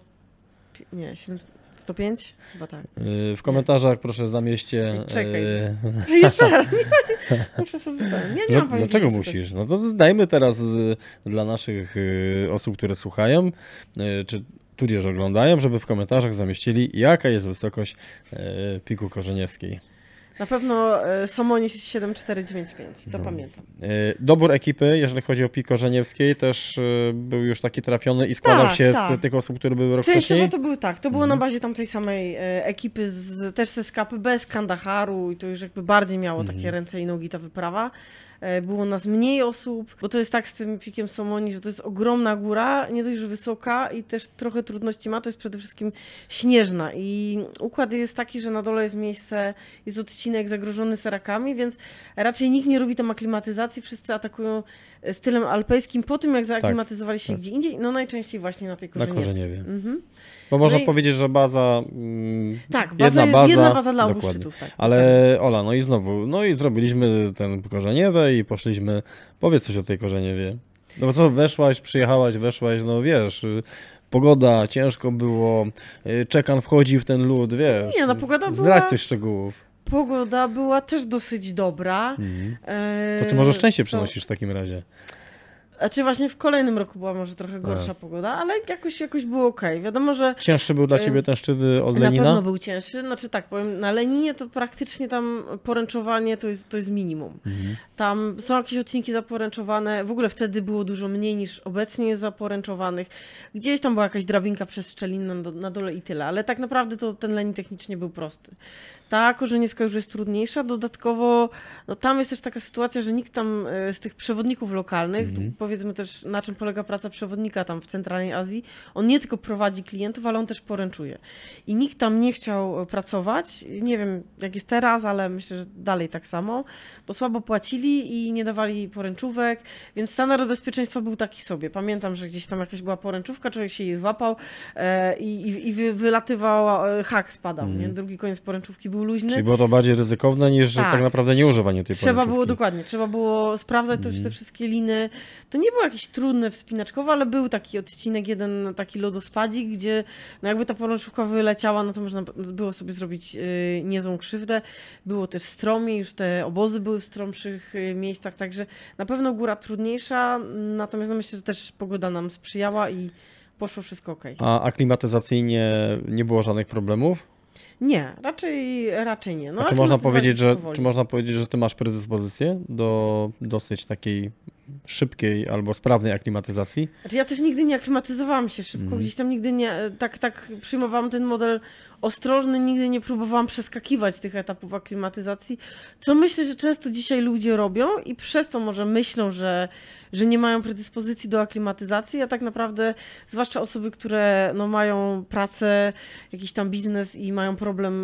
Nie, siedem sto pięć? Chyba tak. E, w komentarzach proszę zamieście... Czekaj. e, Jeszcze raz, nie, muszę sobie ten... Nie, nie Że- mam pojęcia, Dlaczego wysokości. musisz? No to zdajmy teraz y, dla naszych y, osób, które słuchają, y, czy tudzież oglądają, żeby w komentarzach zamieścili, jaka jest wysokość y, piku Korzeniewskiej. Na pewno e, Somoni siedem cztery dziewięć pięć, to No. pamiętam. Y, Dobór ekipy, jeżeli chodzi o pik Korzeniewskiej, też y, był już taki trafiony i składał Tak, się tak. z tych osób, które były rok Częściowo wcześniej? to było tak, to było Mhm. na bazie tamtej samej e, ekipy, z, też ze Skapy, bez Kandaharu i to już jakby bardziej miało Mhm. takie ręce i nogi ta wyprawa. E, było nas mniej osób, bo to jest tak z tym pikiem Somoni, że to jest ogromna góra, nie dość, że wysoka i też trochę trudności ma, to jest przede wszystkim śnieżna i układ jest taki, że na dole jest miejsce, jest odcinek zagrożony serakami, więc raczej nikt nie robi tam aklimatyzacji, wszyscy atakują stylem alpejskim po tym, jak zaaklimatyzowali się tak. gdzie indziej, no najczęściej właśnie na tej Na Korzeniewskiej. Korzeniewie. Mhm. Bo można No i- powiedzieć, że baza... mm, Tak, baza jedna jest baza, jedna baza dla obu dokładnie. szczytów. Tak, Ale Ola, no i znowu, no i zrobiliśmy ten Korzeniewę i poszliśmy, powiedz coś o tej Korzeniewie. No bo co, weszłaś, przyjechałaś, weszłaś, no wiesz, y, pogoda, ciężko było, y, czekan wchodzi w ten lód, wiesz. Nie, no pogoda Zdradź była- coś szczegółów. Pogoda była też dosyć dobra. Mhm. E, To ty może szczęście to- przynosisz w takim razie. Znaczy właśnie w kolejnym roku była może trochę gorsza pogoda, ale jakoś, jakoś było okej. Wiadomo, że Cięższy był dla Ym, ciebie ten szczyt od na Lenina? pewno był cięższy. Znaczy tak, powiem, na Leninie to praktycznie tam poręczowanie to jest, to jest minimum. Mhm. Tam są jakieś odcinki zaporęczowane, w ogóle wtedy było dużo mniej niż obecnie jest zaporęczowanych. Gdzieś tam była jakaś drabinka przez szczelinę na, do- na dole i tyle, ale tak naprawdę to ten Lenin technicznie był prosty. Ta Korzeniewska już jest trudniejsza, dodatkowo no, tam jest też taka sytuacja, że nikt tam e, z tych przewodników lokalnych, Mhm. tu powiedzmy też na czym polega praca przewodnika tam w centralnej Azji, on nie tylko prowadzi klientów, ale on też poręczuje. I nikt tam nie chciał pracować, nie wiem jak jest teraz, ale myślę, że dalej tak samo, bo słabo płacili i nie dawali poręczówek, więc standard bezpieczeństwa był taki sobie. Pamiętam, że gdzieś tam jakaś była poręczówka, człowiek się jej złapał e, i, i, i wy, wylatywał, e, hak spadał, Mhm. nie? Drugi koniec poręczówki był luźny. Czyli było to bardziej ryzykowne niż tak, Tak. tak naprawdę nieużywanie tej Trzeba było poręczówki. dokładnie, trzeba było sprawdzać to, Mhm. te wszystkie liny. To nie było jakieś trudne wspinaczkowe, ale był taki odcinek, jeden taki lodospadzik, gdzie no jakby ta poręczówka wyleciała, no to można było sobie zrobić y, niezłą krzywdę. Było też stromie, już te obozy były w stromszych y, miejscach, także na pewno góra trudniejsza, natomiast no myślę, że też pogoda nam sprzyjała i poszło wszystko okej. A aklimatyzacyjnie nie było żadnych problemów? Nie, raczej, raczej nie. No, A czy można, powiedzieć, że, powoli. czy można powiedzieć, że ty masz predyspozycję do dosyć takiej szybkiej albo sprawnej aklimatyzacji? Znaczy ja też nigdy nie aklimatyzowałam się szybko, Mhm. gdzieś tam nigdy nie, tak, tak przyjmowałam ten model ostrożny, nigdy nie próbowałam przeskakiwać z tych etapów aklimatyzacji, co myślę, że często dzisiaj ludzie robią i przez to może myślą, że, że nie mają predyspozycji do aklimatyzacji, a tak naprawdę zwłaszcza osoby, które no, mają pracę, jakiś tam biznes i mają problem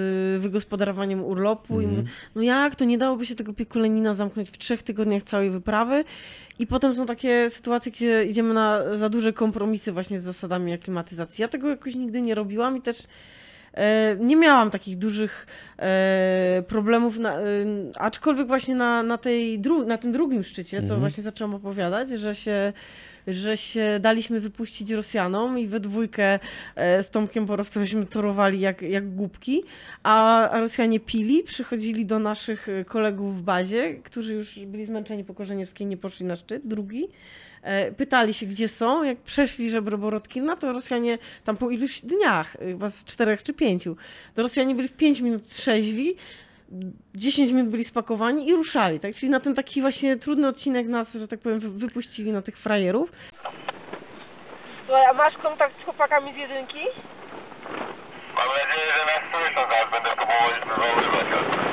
z wygospodarowaniem urlopu i Mhm. mówią, no jak, to nie dałoby się tego piku Lenina zamknąć w trzech tygodniach całej wyprawy. I potem są takie sytuacje, gdzie idziemy na za duże kompromisy właśnie z zasadami aklimatyzacji. Ja tego jakoś nigdy nie robiłam i też e, nie miałam takich dużych e, problemów, na, e, aczkolwiek właśnie na, na, tej dru- na tym drugim szczycie, co Mhm. właśnie zaczęłam opowiadać, że się że się daliśmy wypuścić Rosjanom i we dwójkę e, z Tomkiem Borowcem żeśmy torowali jak, jak głupki, a, a Rosjanie pili, przychodzili do naszych kolegów w bazie, którzy już byli zmęczeni po Korzeniewskiej, nie poszli na szczyt, drugi. E, pytali się, gdzie są, jak przeszli żebro Borotkina, to Rosjanie tam po iluś dniach, chyba z czterech czy pięciu, to Rosjanie byli w pięć minut trzeźwi, dziesięć minut byli spakowani i ruszali, tak? Czyli na ten taki właśnie trudny odcinek nas, że tak powiem, wy- wypuścili na tych frajerów. Słuchaj, a masz kontakt z chłopakami z jedynki? Mam nadzieję, że nas słyszą, zaraz będę próbował wywoływać.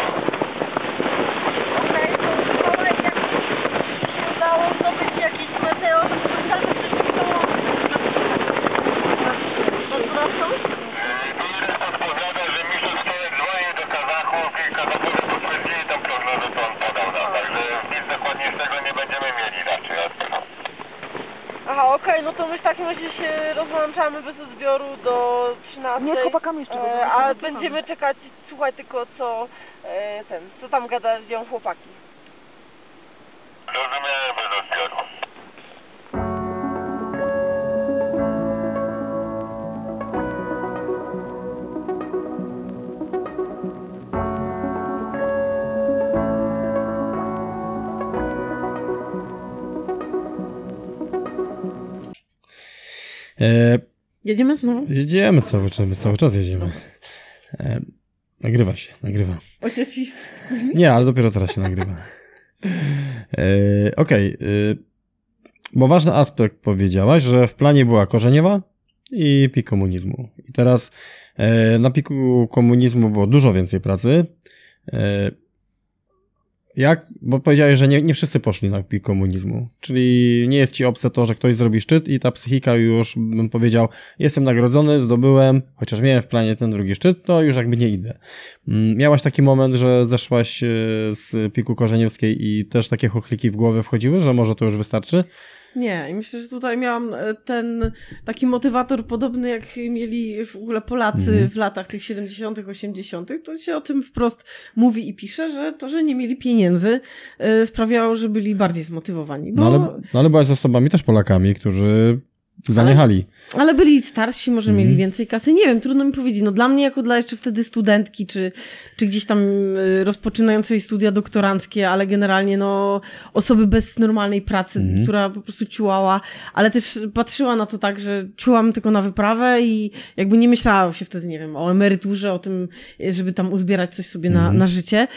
Okej, to słuchaj, jak mi się udało zdobyć jakiś meteo, to postawmy wszystkich dołączyć. Pod prostą? Tu jeden podpowiada, że Miszek wczoraj dzwonił do Kazachów i Kazachowie potwierdzili tą prognozę, co on podał nam. Także nic dokładniejszego nie będziemy mieli raczej od tego. Aha, okej, no to my w takim razie się rozłączamy bez odbioru do trzynastej. Nie, z chłopakami jeszcze, bo E, to- a to- będziemy czekać, słuchaj tylko co e, ten, co tam gadają chłopaki. Rozumiałem bez odbioru. E, Jedziemy znowu? jedziemy cały czas, my cały czas jedziemy. E, nagrywa się, nagrywa. Chociaż jest... Nie, ale dopiero teraz się nagrywa. E, Okej, e, bo ważny aspekt powiedziałaś, że w planie była Korzeniewa i pik komunizmu. I teraz e, na piku komunizmu było dużo więcej pracy. E, jak? Bo powiedziałeś, że nie, nie wszyscy poszli na pik komunizmu. Czyli nie jest ci obce to, że ktoś zrobi szczyt i ta psychika już, bym powiedział, jestem nagrodzony, zdobyłem, chociaż miałem w planie ten drugi szczyt, to już jakby nie idę. Mm, Miałaś taki moment, że zeszłaś e, z piku Korzeniewskiej i też takie chochliki w głowę wchodziły, że może to już wystarczy? Nie, i myślę, że tutaj miałam e, ten taki motywator podobny, jak mieli w ogóle Polacy Mhm. w latach tych siedemdziesiątych, osiemdziesiątych. To się o tym wprost mówi i pisze, że to, że nie mieli pieniędzy e, sprawiało, że byli bardziej zmotywowani. Bo... No ale, no ale byłaś z osobami też Polakami, którzy zaniechali. Ale byli starsi, może Mhm. mieli więcej kasy. Nie wiem, trudno mi powiedzieć. No dla mnie, jako dla jeszcze wtedy studentki, czy, czy gdzieś tam y, rozpoczynającej studia doktoranckie, ale generalnie no osoby bez normalnej pracy, Mhm. która po prostu ciułała, ale też patrzyła na to tak, że ciułam tylko na wyprawę i jakby nie myślała się wtedy, nie wiem, o emeryturze, o tym, żeby tam uzbierać coś sobie na, Mhm. na życie.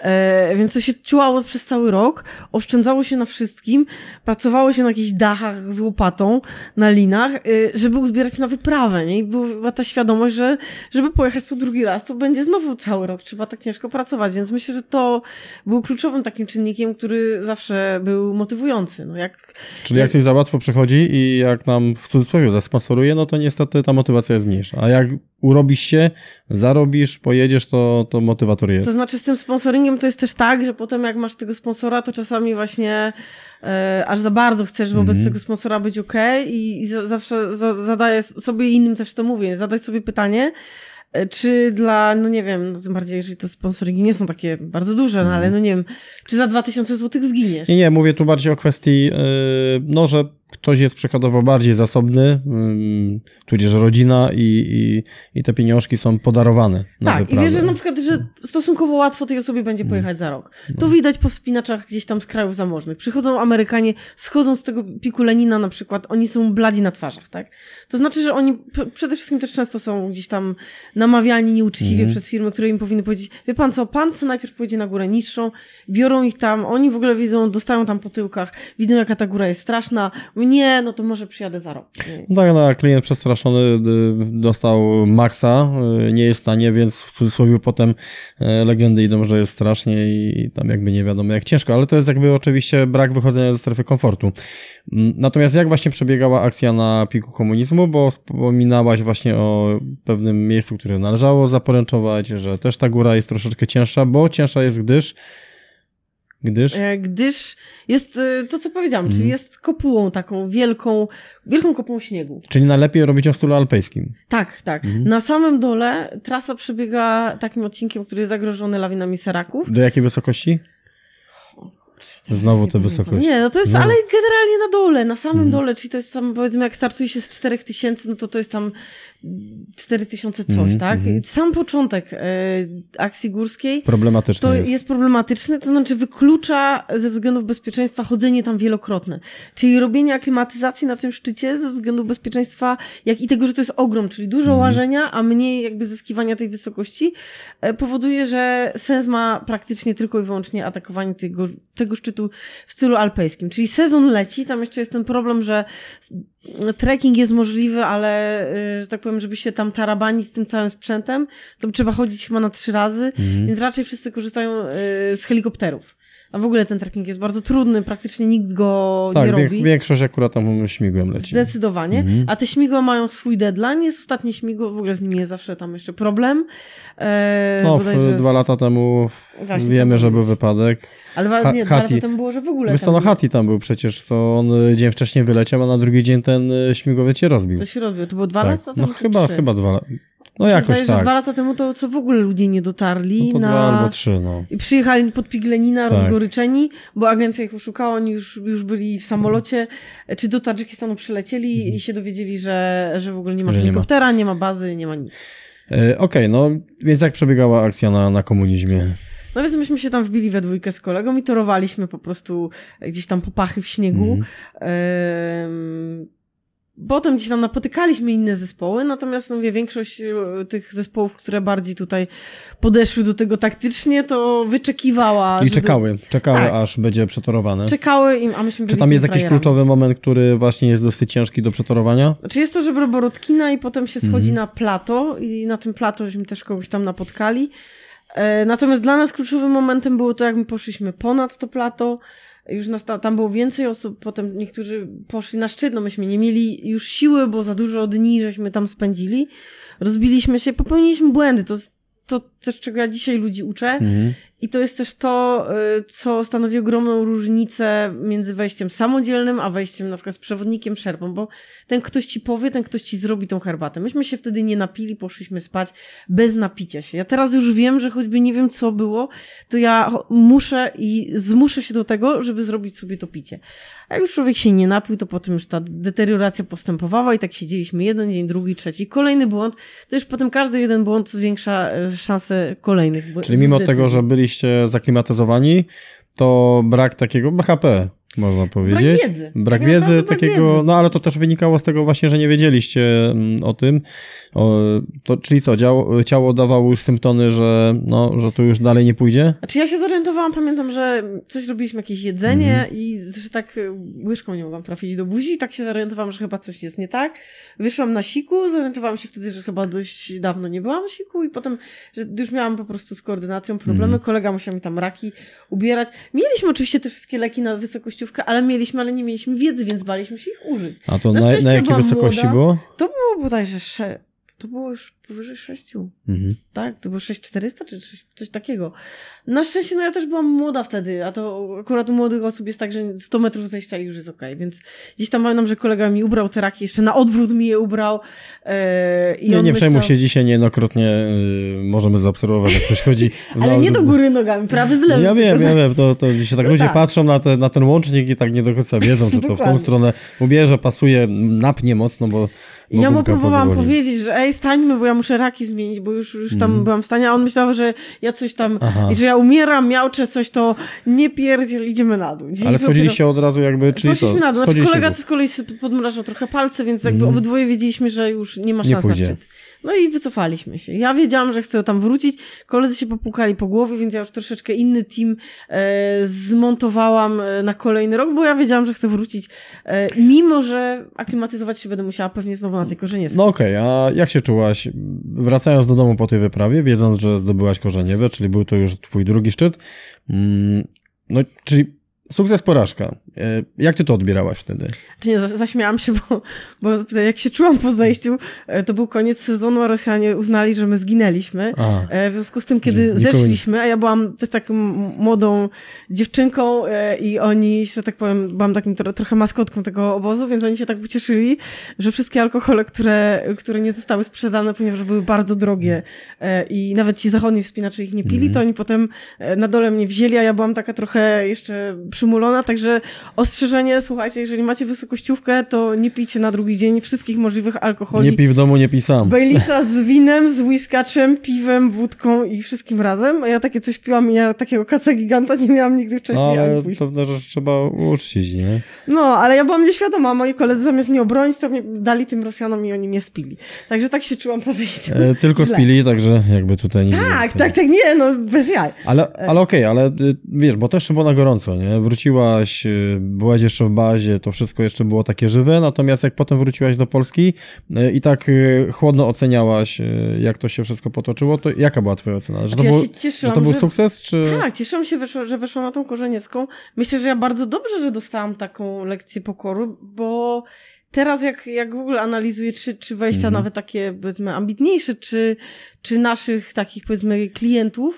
E, więc to się ciułało przez cały rok, oszczędzało się na wszystkim, pracowało się na jakichś dachach z łopatą, na linach, y, żeby uzbierać na wyprawę, nie? I była ta świadomość, że żeby pojechać tu drugi raz, to będzie znowu cały rok, trzeba tak ciężko pracować, więc myślę, że to był kluczowym takim czynnikiem, który zawsze był motywujący. No jak, Czyli jak coś za łatwo przychodzi i jak nam w cudzysłowie zasponsoruje, no to niestety ta motywacja jest mniejsza. A jak urobisz się, zarobisz, pojedziesz, to, to motywator jest. To znaczy z tym sponsoringiem to jest też tak, że potem jak masz tego sponsora, to czasami właśnie e, aż za bardzo chcesz wobec Mhm. tego sponsora być okej i, i za, zawsze za, zadaję sobie i innym też to mówię, zadać sobie pytanie, e, czy dla, no nie wiem, no tym bardziej jeżeli te sponsoringi nie są takie bardzo duże, no ale no nie wiem, czy za dwa tysiące złotych zginiesz? Nie, nie, mówię tu bardziej o kwestii, yy, no, że ktoś jest przykładowo bardziej zasobny, yy, tudzież rodzina i, i, i te pieniążki są podarowane na Tak, i wyprawę. wiesz, że na przykład, że stosunkowo łatwo tej osobie będzie pojechać za rok. To widać po wspinaczach gdzieś tam z krajów zamożnych. Przychodzą Amerykanie, schodzą z tego piku Lenina na przykład, oni są bladzi na twarzach, tak? To znaczy, że oni p- przede wszystkim też często są gdzieś tam namawiani nieuczciwie Mhm. przez firmy, które im powinny powiedzieć, wie pan co, pan co najpierw pojedzie na górę niższą, biorą ich tam, oni w ogóle widzą, dostają tam po tyłkach, widzą jaka ta góra jest straszna, mówią, nie, no to może przyjadę za rok. Nie. No tak, no, klient przestraszony y, dostał maksa, y, nie jest w stanie, więc w cudzysłowie potem y, legendy idą, że jest strasznie i tam jakby nie wiadomo jak ciężko, ale to jest jakby oczywiście brak wychodzenia ze strefy komfortu. Mm, Natomiast jak właśnie przebiegała akcja na piku komunizmu, bo wspominałaś właśnie o pewnym miejscu, które należało zaporęczować, że też ta góra jest troszeczkę cięższa, bo cięższa jest, gdyż Gdyż? E, Gdyż jest e, to, co powiedziałam, Mhm. czyli jest kopułą taką wielką, wielką kopułą śniegu. Czyli najlepiej robić ją w stylu alpejskim. Tak, tak. Mhm. Na samym dole trasa przebiega takim odcinkiem, który jest zagrożony lawinami seraków. Do jakiej wysokości? Znowu Nie te pamiętam. wysokości. Nie, no to jest, Znowu. ale generalnie na dole, na samym Mhm. dole, czyli to jest tam, powiedzmy, jak startuje się z czterech tysięcy, no to to jest tam cztery tysiące coś, Mhm, tak? mhm. I sam początek e, akcji górskiej Problematyczne to jest. jest. problematyczne, to znaczy wyklucza ze względów bezpieczeństwa chodzenie tam wielokrotne. Czyli robienie aklimatyzacji na tym szczycie ze względu bezpieczeństwa, jak i tego, że to jest ogrom, czyli dużo Mhm. łażenia, a mniej jakby zyskiwania tej wysokości, e, powoduje, że sens ma praktycznie tylko i wyłącznie atakowanie tego, tego szczytu w stylu alpejskim. Czyli sezon leci, tam jeszcze jest ten problem, że trekking jest możliwy, ale, y, że tak powiem, żeby się tam tarabanić z tym całym sprzętem, to trzeba chodzić chyba na trzy razy, Mhm. więc raczej wszyscy korzystają y, z helikopterów. A w ogóle ten trekking jest bardzo trudny, praktycznie nikt go nie Tak, robi. wie, większość akurat tam śmigłem leci. Zdecydowanie. Mhm. A te śmigła mają swój deadline. Jest ostatnie śmigło, w ogóle z nimi jest zawsze tam jeszcze problem. E, No, bodajże w, dwa z- lata temu Właśnie wiemy, chciałam że był powiedzieć. wypadek. Ale dwa, Ha- nie, dwa Hati. lata temu było, że w ogóle Wiesz tam co, no było. Hati tam był przecież, co on y, dzień wcześniej wyleciał, a na drugi dzień ten y, śmigłowiec się rozbił. To się rozbiło. To było dwa tak. lata No temu? czy chyba, trzy? chyba dwa lata. No Mi się jakoś zdaje, że tak. dwa lata temu to co w ogóle ludzie nie dotarli No to na... dwa albo trzy, no. I przyjechali pod Piglenina Tak. rozgoryczeni, bo agencja ich oszukała, oni już, już byli w samolocie, czy do Tadżykistanu przylecieli i się dowiedzieli, że, że w ogóle nie ma Mhm. Że nie ma. helikoptera, nie ma bazy, nie ma nic. E, Okej, no więc jak przebiegała akcja na, na komunizmie? No więc myśmy się tam wbili we dwójkę z kolegą i torowaliśmy po prostu gdzieś tam popachy w śniegu. Mhm. Em, Potem gdzieś tam napotykaliśmy inne zespoły, natomiast no, mówię, większość e, tych zespołów, które bardziej tutaj podeszły do tego taktycznie, to wyczekiwała. I żeby- czekały, czekały Tak. aż będzie przetorowane. Czekały im, a myśmy Czy byli tam tymi jest jakiś frajerami. kluczowy moment, który właśnie jest dosyć ciężki do przetorowania? Znaczy jest to żebro Borodkina i potem się schodzi Mhm. na plato i na tym plato żeśmy też kogoś tam napotkali. E, natomiast dla nas kluczowym momentem było to, jak my poszliśmy ponad to plato. Już nas ta, tam było więcej osób, potem niektórzy poszli na szczyt, no myśmy nie mieli już siły, bo za dużo dni żeśmy tam spędzili. Rozbiliśmy się, popełniliśmy błędy, to, to też czego ja dzisiaj ludzi uczę. Mhm. I to jest też to, y, co stanowi ogromną różnicę między wejściem samodzielnym, a wejściem na przykład z przewodnikiem, szerpą, bo ten ktoś ci powie, ten ktoś ci zrobi tą herbatę. Myśmy się wtedy nie napili, poszliśmy spać bez napicia się. Ja teraz już wiem, że choćby nie wiem co było, to ja cho- muszę i zmuszę się do tego, żeby zrobić sobie to picie. A jak już człowiek się nie napił, to potem już ta deterioracja postępowała i tak siedzieliśmy jeden dzień, drugi, trzeci. Kolejny błąd, to już potem każdy jeden błąd zwiększa e, szanse kolejnych. Czyli mimo decyzji. tego, że byliście zaklimatyzowani, to brak takiego B H P, można powiedzieć. wiedzy. Brak Tak wiedzy, naprawdę brak takiego, wiedzy. no ale to też wynikało z tego właśnie, że nie wiedzieliście mm, o tym. O, to, czyli co, ciało, ciało dawało już symptomy, że, no, że tu już dalej nie pójdzie? Znaczy ja się zorientowałam, pamiętam, że coś robiliśmy, jakieś jedzenie Mhm. i że tak y, łyżką nie mogłam trafić do buzi i tak się zorientowałam, że chyba coś jest nie tak. Wyszłam na siku, zorientowałam się wtedy, że chyba dość dawno nie byłam na siku i potem, że już miałam po prostu z koordynacją problemy. Mhm. Kolega musiał mi tam raki ubierać. Mieliśmy oczywiście te wszystkie leki na wysokościówkę, ale mieliśmy, ale nie mieliśmy wiedzy, więc baliśmy się ich użyć. A to Na na, szczęście na jakiej byłam wysokości młoda. było? To było bodajże sze... To było już powyżej sześciu. Mhm. Tak, to było sześć tysięcy czterysta czy coś, coś takiego. Na szczęście, no ja też byłam młoda wtedy, a to akurat u młodych osób jest tak, że sto metrów zejścia i już jest okej, więc gdzieś tam pamiętam, że kolega mi ubrał te raki, jeszcze na odwrót mi je ubrał. Yy, i Nie, on nie przejmuj myślał- się, dzisiaj niejednokrotnie y, możemy zaobserwować, jak ktoś chodzi. Ale no, nie do góry nogami, prawy z lewy. Ja wiem, ja wiem, to, to się tak No ludzie tak. patrzą na, te, na ten łącznik i tak nie do końca wiedzą, czy to w tą Dokładnie. stronę ubierze, pasuje, napnie mocno, bo, I bo ja mu gumka próbowałam pozwoli. powiedzieć, że ej, stańmy, bo ja muszę raki zmienić, bo już, już tam Mhm. byłam w stanie, a on myślał, że ja coś tam, Aha. i że ja umieram, miałczę coś, to nie pierdziel, idziemy na dół. Nie? Ale I schodziliście od razu jakby, czyli Poszliśmy co? na dół. Znaczy Schodziliście kolega w dół. z kolei sobie podmrażał trochę palce, więc jakby Mhm. obydwoje wiedzieliśmy, że już nie ma Nie szans na pójdzie. szczyt. No i wycofaliśmy się. Ja wiedziałam, że chcę tam wrócić. Koledzy się popukali po głowie, więc ja już troszeczkę inny team e, zmontowałam e, na kolejny rok, bo ja wiedziałam, że chcę wrócić. E, mimo, że aklimatyzować się będę musiała pewnie znowu na tej korzeniewskiej. No okej, a jak się czułaś, wracając do domu po tej wyprawie, wiedząc, że zdobyłaś Korzeniewe, czyli był to już twój drugi szczyt, mm, no czyli Sukces, porażka. E, Jak ty to odbierałaś wtedy? Czy nie, zaśmiałam się, bo, bo jak się czułam po zejściu, to był koniec sezonu, a Rosjanie uznali, że my zginęliśmy. A, W związku z tym, kiedy Że nikogo nie- zeszliśmy, a ja byłam też taką młodą dziewczynką e, i oni, że tak powiem, byłam takim tro, trochę maskotką tego obozu, więc oni się tak ucieszyli, że wszystkie alkohole, które, które nie zostały sprzedane, ponieważ były bardzo drogie e, i nawet ci zachodni wspinacze ich nie pili, Mhm. to oni potem e, na dole mnie wzięli, a ja byłam taka trochę jeszcze przymulona, także ostrzeżenie, słuchajcie, jeżeli macie wysokościówkę, to nie pijcie na drugi dzień wszystkich możliwych alkoholi. nie pij w domu, nie pij sam. Baileysa z winem, z whiskaczem, piwem, wódką i wszystkim razem. A ja takie coś piłam i ja takiego kaca giganta nie miałam nigdy No, wcześniej. ale ani później. pewne rzeczy trzeba uczcić, nie? No, ale ja byłam nieświadoma. Moi koledzy zamiast mnie obronić, to mnie dali tym Rosjanom i oni mnie spili. Także tak się czułam po zejściu. E, tylko Źle. spili, także jakby tutaj nic Tak, więcej. tak, tak, nie, no bez jaj. Ale, ale okej, ale y, wiesz, bo to jeszcze było na gorąco, nie? Wróciłaś, y, byłaś jeszcze w bazie, to wszystko jeszcze było takie żywe, natomiast jak potem wróciłaś do Polski y, i tak y, chłodno oceniałaś, y, jak to się wszystko potoczyło, to jaka była twoja ocena? Że to, Znaczy, ja był, się że cieszyłam, to był że- sukces, czy... Tak, cieszyłam się, weszło, że weszłam na tą Korzeniecką. Myślę, że ja bardzo dobrze, że dostałam taką lekcję pokoru, bo teraz jak, jak w ogóle analizuję, czy, czy wejścia Mhm. nawet takie, powiedzmy, ambitniejsze, czy, czy naszych takich, powiedzmy, klientów,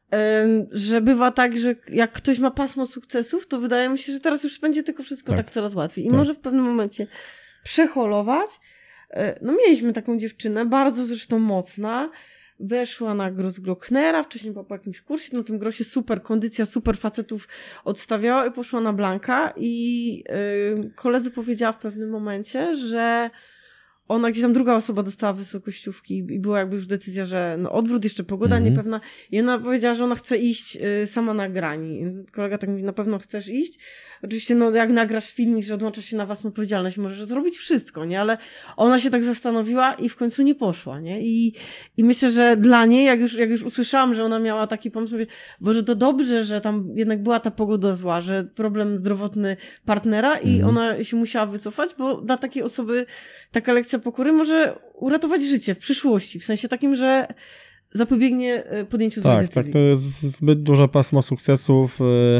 em, że bywa tak, że jak ktoś ma pasmo sukcesów, to wydaje mi się, że teraz już będzie tylko wszystko Tak. tak, coraz łatwiej. I Tak. może w pewnym momencie przeholować. E, No mieliśmy taką dziewczynę, bardzo zresztą mocna, weszła na Gros Glocknera, wcześniej była po jakimś kursie, na tym Grosie super kondycja, super facetów odstawiała i poszła na Blanka i yy, koledzy powiedziała w pewnym momencie, że ona gdzieś tam druga osoba dostała wysokościówki i była jakby już decyzja, że no odwrót, jeszcze pogoda Mhm. niepewna i ona powiedziała, że ona chce iść y, sama na grani. Kolega tak mówi, na pewno chcesz iść? Oczywiście no jak nagrasz filmik, że odłączasz się na własną odpowiedzialność, możesz zrobić wszystko, nie? Ale ona się tak zastanowiła i w końcu nie poszła, nie? I, i myślę, że dla niej, jak już, jak już usłyszałam, że ona miała taki pomysł, mówię, Boże, to dobrze, że tam jednak była ta pogoda zła, że problem zdrowotny partnera i Mhm. ona się musiała wycofać, bo dla takiej osoby taka lekcja pokory może uratować życie w przyszłości, w sensie takim, że zapobiegnie e, podjęciu złej Tak, decyzji. tak, to jest zbyt duża pasma sukcesów.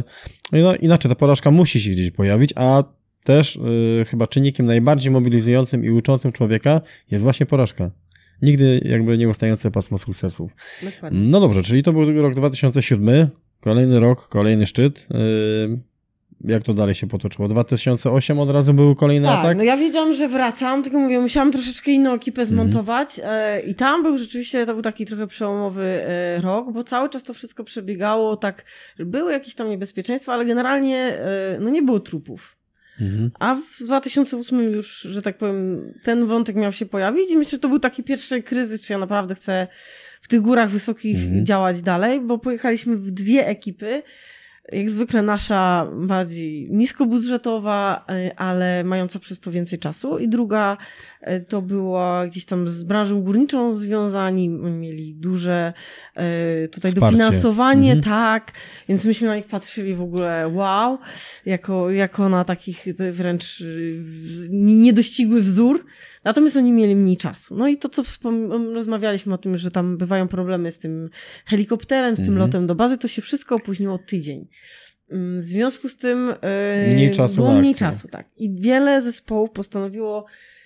y, No inaczej, ta porażka musi się gdzieś pojawić, a też y, chyba czynnikiem najbardziej mobilizującym i uczącym człowieka jest właśnie porażka. Nigdy jakby nieustające pasmo sukcesów. Dokładnie. No dobrze, czyli to był rok dwa tysiące siódmy, kolejny rok, kolejny szczyt. Yy, Jak to dalej się potoczyło? dwa tysiące ósmy od razu był kolejny Tak, atak? no ja wiedziałam, że wracam, tylko mówię, musiałam troszeczkę inną ekipę Mhm. zmontować e, i tam był rzeczywiście, to był taki trochę przełomowy e, rok, bo cały czas to wszystko przebiegało tak, były jakieś tam niebezpieczeństwa, ale generalnie e, no nie było trupów. Mhm. A w dwa tysiące ósmym już, że tak powiem, ten wątek miał się pojawić i myślę, że to był taki pierwszy kryzys, czy ja naprawdę chcę w tych górach wysokich Mhm. działać dalej, bo pojechaliśmy w dwie ekipy. Jak zwykle nasza bardziej niskobudżetowa, y, ale mająca przez to więcej czasu. I druga y, to była gdzieś tam z branżą górniczą związani. Oni mieli duże y, tutaj Wsparcie. dofinansowanie, Mhm. tak. Więc myśmy na nich patrzyli w ogóle wow, jako, jako na takich y, wręcz y, niedościgły wzór. Natomiast oni mieli mniej czasu. No i to, co wspom- rozmawialiśmy o tym, że tam bywają problemy z tym helikopterem, z tym Mhm. lotem do bazy, to się wszystko opóźniło o tydzień. Mm, W związku z tym yy, Mniej czasu było na mniej akcję. czasu, tak. I wiele zespołów postanowiło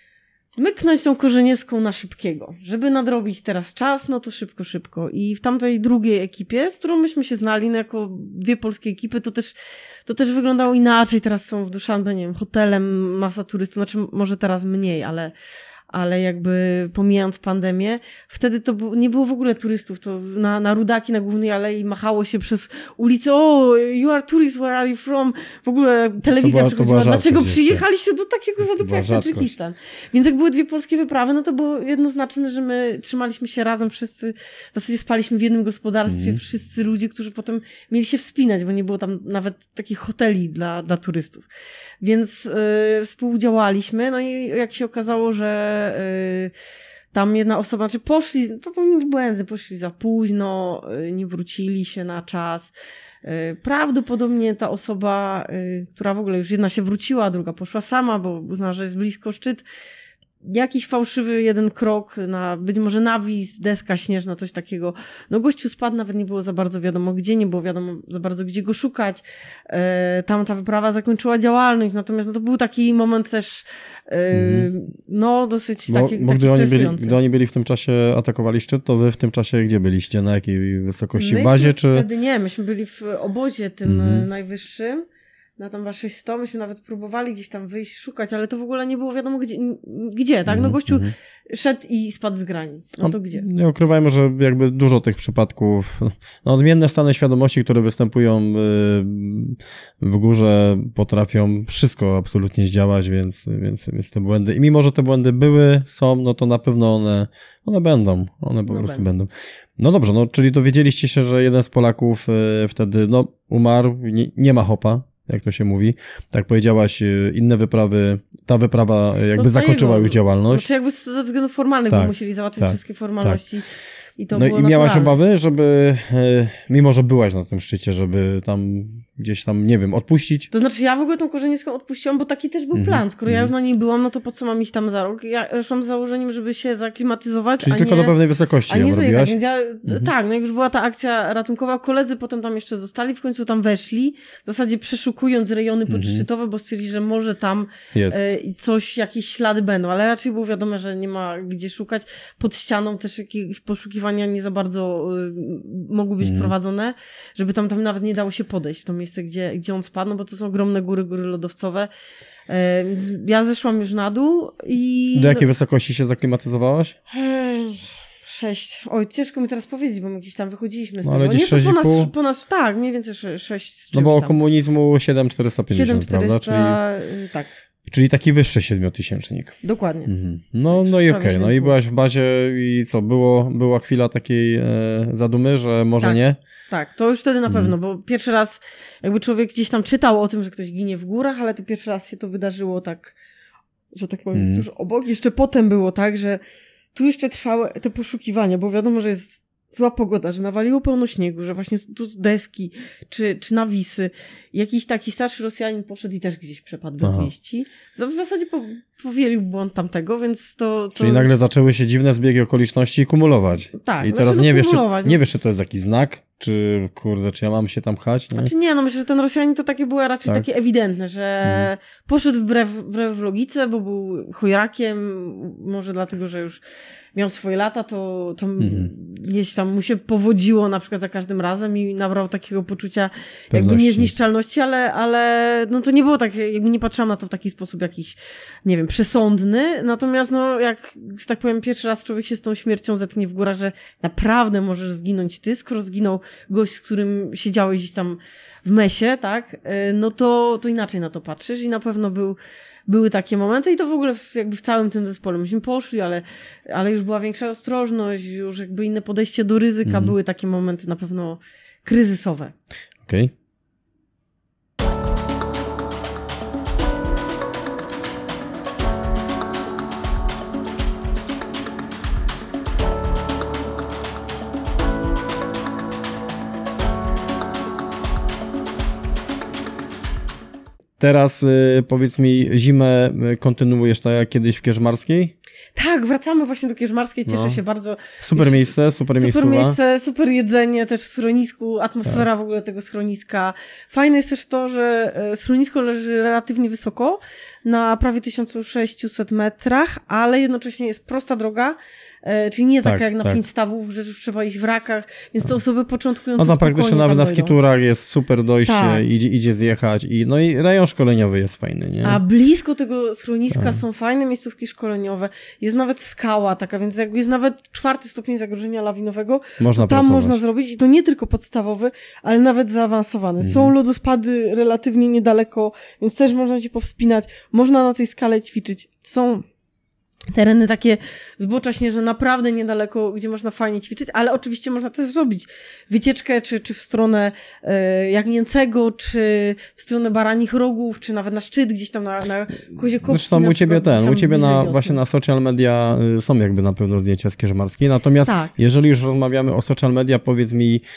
myknąć tą Korzeniewską na szybkiego. Żeby nadrobić teraz czas, no to szybko, szybko. I w tamtej drugiej ekipie, z którą myśmy się znali, no jako dwie polskie ekipy, to też, to też wyglądało inaczej. Teraz są w Duszanbe, nie wiem, hotelem, masa turystów, znaczy może teraz mniej, ale, ale jakby pomijając pandemię, wtedy to bu- nie było w ogóle turystów. To na, na Rudaki, na Głównej Alei machało się przez ulicę, o, you are tourist, where are you from? W ogóle telewizja była- to przychodziła, była dlaczego rzadkość jeszcze. przyjechaliście do takiego zadupu była jak rzadkość. Tadżykistan? Więc jak były dwie polskie wyprawy, no to było jednoznaczne, że my trzymaliśmy się razem wszyscy, w zasadzie spaliśmy w jednym gospodarstwie, Mhm. wszyscy ludzie, którzy potem mieli się wspinać, bo nie było tam nawet takich hoteli dla, dla turystów. Więc y, współdziałaliśmy, no i jak się okazało, że y, tam jedna osoba, znaczy poszli, popełnili błędy, poszli za późno, y, nie wrócili się na czas. Y, Prawdopodobnie ta osoba, y, która w ogóle już jedna się wróciła, a druga poszła sama, bo uznała, że jest blisko szczyt, jakiś fałszywy jeden krok, na być może nawis, deska śnieżna, coś takiego. No gościu spadł, nawet nie było za bardzo wiadomo gdzie, nie było wiadomo za bardzo gdzie go szukać. E, tam ta wyprawa zakończyła działalność, natomiast no, to był taki moment też e, Mhm. no dosyć Bo, taki, bo taki gdy, oni byli, stresujący. gdy oni byli w tym czasie, atakowali szczyt, to wy w tym czasie gdzie byliście? Na jakiej wysokości? W Myśmy bazie czy... Wtedy nie, myśmy byli w obozie tym Mhm. e, najwyższym, na tam sześćset, myśmy nawet próbowali gdzieś tam wyjść, szukać, ale to w ogóle nie było wiadomo gdzie, n- gdzie tak? No Mhm, gościu mhm. szedł i spadł z grani. No to gdzie? Nie ukrywajmy, że jakby dużo tych przypadków, no odmienne stany świadomości, które występują y, w górze, potrafią wszystko absolutnie zdziałać, więc, więc, więc te błędy, i mimo, że te błędy były, są, no to na pewno one, one będą, one po No prostu będą. będą. No dobrze, no czyli dowiedzieliście się, że jeden z Polaków y, wtedy, no umarł, nie, nie ma hopa, jak to się mówi. Tak powiedziałaś, y, inne wyprawy, ta wyprawa y, jakby No, zakończyła jego- już działalność. Znaczy jakby ze względów formalnych, Tak, bo musieli załatwić tak, wszystkie formalności. I to No było i miałaś naturalne. obawy, żeby, e, mimo że byłaś na tym szczycie, żeby tam gdzieś tam, nie wiem, odpuścić? To znaczy ja w ogóle tą Korzeniowską odpuściłam, bo taki też był Mhm, plan. Skoro ja mhm. już na niej byłam, no to po co mam iść tam za rok? Ja szłam z założeniem, żeby się zaklimatyzować, Czyli a tylko nie... do pewnej wysokości A nie ją zajechać, robiłaś? więc ja, Mhm. tak, no jak już była ta akcja ratunkowa, koledzy potem tam jeszcze zostali, w końcu tam weszli, w zasadzie przeszukując rejony Mhm. podszczytowe, bo stwierdzili, że może tam Jest. e, i coś, jakieś ślady będą, ale raczej było wiadomo, że nie ma gdzie szukać. Pod ścianą też jakieś poszukiwania nie za bardzo y, mogły być Mhm. prowadzone, żeby tam, tam nawet nie dało się podejść w to miejsce, gdzie, gdzie on spadł, no bo to są ogromne góry, góry lodowcowe. E, więc ja zeszłam już na dół i... Do jakiej wysokości się zaklimatyzowałaś? Ej, Sześć. Oj, ciężko mi teraz powiedzieć, bo my gdzieś tam wychodziliśmy z No, tego. ale gdzieś Nie, to sześć i po pół? nas, po nas, tak, mniej więcej sze- sześć z No czymś bo tam. komunizmu siedem tysięcy czterysta pięćdziesiąt, siedem prawda? czterysta, Czyli, y, tak, czyli taki wyższy siedmiotysięcznik. dokładnie. Mhm. No, no i prawie okej, siedem no i i pół. byłaś w bazie i co, było, była chwila takiej e, zadumy, że może Tak. nie? Tak, to już wtedy na Mhm. pewno, bo pierwszy raz jakby człowiek gdzieś tam czytał o tym, że ktoś ginie w górach, ale to pierwszy raz się to wydarzyło tak, że tak powiem, Mhm. tuż obok. Jeszcze potem było tak, że tu jeszcze trwały te poszukiwania, bo wiadomo, że jest zła pogoda, że nawaliło pełno śniegu, że właśnie tu deski czy, czy nawisy. Jakiś taki starszy Rosjanin poszedł i też gdzieś przepadł bez Aha. wieści. To w zasadzie po, powielił błąd tamtego, więc to... to... Czyli nagle zaczęły się dziwne zbiegi okoliczności kumulować. Tak, I znaczy, teraz no, nie wiesz, czy, kumulować, nie no. wiesz, czy to jest jakiś znak, czy kurde, czy ja mam się tam chać, nie? Znaczy nie, no myślę, że ten Rosjanin to takie było raczej Tak. takie ewidentne, że Mhm. poszedł wbrew, wbrew logice, bo był chojrakiem, może dlatego, że już miał swoje lata, to, to Mhm. gdzieś tam mu się powodziło na przykład za każdym razem i nabrał takiego poczucia jakby Pewności. niezniszczalności, ale, ale no to nie było tak, jakby nie patrzyłam na to w taki sposób jakiś, nie wiem, przesądny, natomiast no jak, że tak powiem, pierwszy raz człowiek się z tą śmiercią zetknie w górach, że naprawdę możesz zginąć ty, skoro zginął gość, z którym siedziałeś gdzieś tam w mesie, tak, y, no to, to inaczej na to patrzysz i na pewno był były takie momenty i to w ogóle w, jakby w całym tym zespole. Myśmy poszli, ale, ale już była większa ostrożność, już jakby inne podejście do ryzyka. Mhm. Były takie momenty na pewno kryzysowe. Okej. Teraz y, powiedz mi, zimę y, kontynuujesz tak jak kiedyś w Kierzmarskiej? Tak, wracamy właśnie do Kierzmarskiej. Cieszę No. się bardzo. Super Już- miejsce, super, Super miejscowa. miejsce, super jedzenie też w schronisku, atmosfera Tak. w ogóle tego schroniska. Fajne jest też to, że e, schronisko leży relatywnie wysoko, na prawie tysiąc sześćset metrach, ale jednocześnie jest prosta droga, e, czyli nie Tak, taka jak na tak. pięć stawów, że już trzeba iść w rakach, więc te osoby początkujące No tam spokojnie praktycznie nawet tam na dojdą. skiturach jest super dojście, Tak. idzie, idzie zjechać i no i rejon szkoleniowy jest fajny, nie? A blisko tego schroniska Tak. są fajne miejscówki szkoleniowe, jest nawet skała taka, więc jak jest nawet czwarty stopień zagrożenia lawinowego, Można tam pracować. można zrobić i to nie tylko podstawowy, ale nawet zaawansowany. Mhm. Są lodospady relatywnie niedaleko, więc też można się powspinać, można na tej skale ćwiczyć. Są tereny takie zbocza śnieżne naprawdę niedaleko, gdzie można fajnie ćwiczyć, ale oczywiście można też zrobić wycieczkę, czy, czy w stronę e, Jagnięcego, czy w stronę Baranich Rogów, czy nawet na szczyt gdzieś tam na, na Koziekowski. Zresztą tam na u ciebie przykład, ten, gdzieś u tam ciebie bliżej na, wiosny. właśnie na social media y, są jakby na pewno zdjęcia z Kierzmarskiej, natomiast Tak. jeżeli już rozmawiamy o social media, powiedz mi,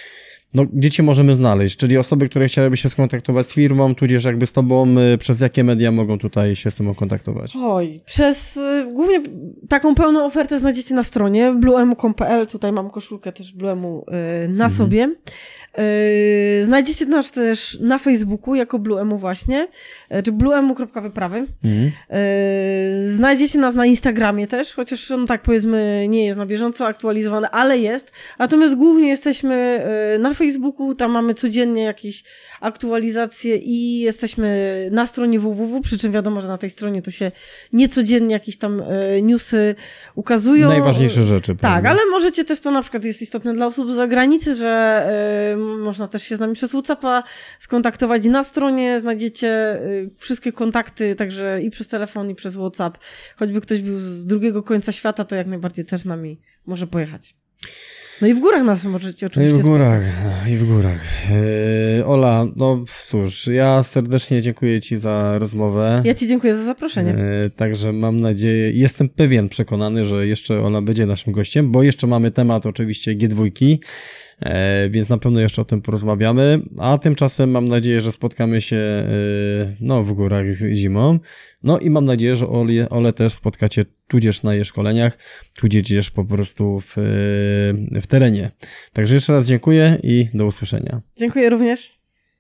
no, gdzie cię możemy znaleźć? Czyli osoby, które chciałyby się skontaktować z firmą, tudzież jakby z tobą, y, przez jakie media mogą tutaj się z tym kontaktować? Oj, przez y, głównie taką pełną ofertę znajdziecie na stronie bluemu kropka com kropka pe el. Tutaj mam koszulkę też Bluemu y, na Mhm. sobie. Y, znajdziecie nas też na Facebooku jako Bluemu właśnie, y, czy bluemu kropka wyprawy. Mhm. Y, znajdziecie nas na Instagramie też, chociaż on tak powiedzmy nie jest na bieżąco aktualizowany, ale jest. Natomiast głównie jesteśmy y, na Facebooku, tam mamy codziennie jakieś aktualizacje i jesteśmy na stronie www, przy czym wiadomo, że na tej stronie to się niecodziennie jakieś tam y, newsy ukazują. Najważniejsze rzeczy. Tak, prawda? ale możecie też, to na przykład jest istotne dla osób z zagranicy, że y, można też się z nami przez WhatsAppa skontaktować. Na stronie znajdziecie y, wszystkie kontakty, także i przez telefon, i przez WhatsApp. Choćby ktoś był z drugiego końca świata, to jak najbardziej też z nami może pojechać. No i w górach nas możecie No i oczywiście w górach, spotkać. i w górach. Yy, Ola, no cóż, ja serdecznie dziękuję ci za rozmowę. Ja ci dziękuję za zaproszenie. Yy, także mam nadzieję, jestem pewien, przekonany, że jeszcze Ola będzie naszym gościem, bo jeszcze mamy temat oczywiście G dwa, e, więc na pewno jeszcze o tym porozmawiamy, a tymczasem mam nadzieję, że spotkamy się e, no, w górach zimą, no i mam nadzieję, że Ole, Ole też spotkacie tudzież na jej szkoleniach, tudzież po prostu w, w terenie. Także jeszcze raz dziękuję i do usłyszenia. Dziękuję również.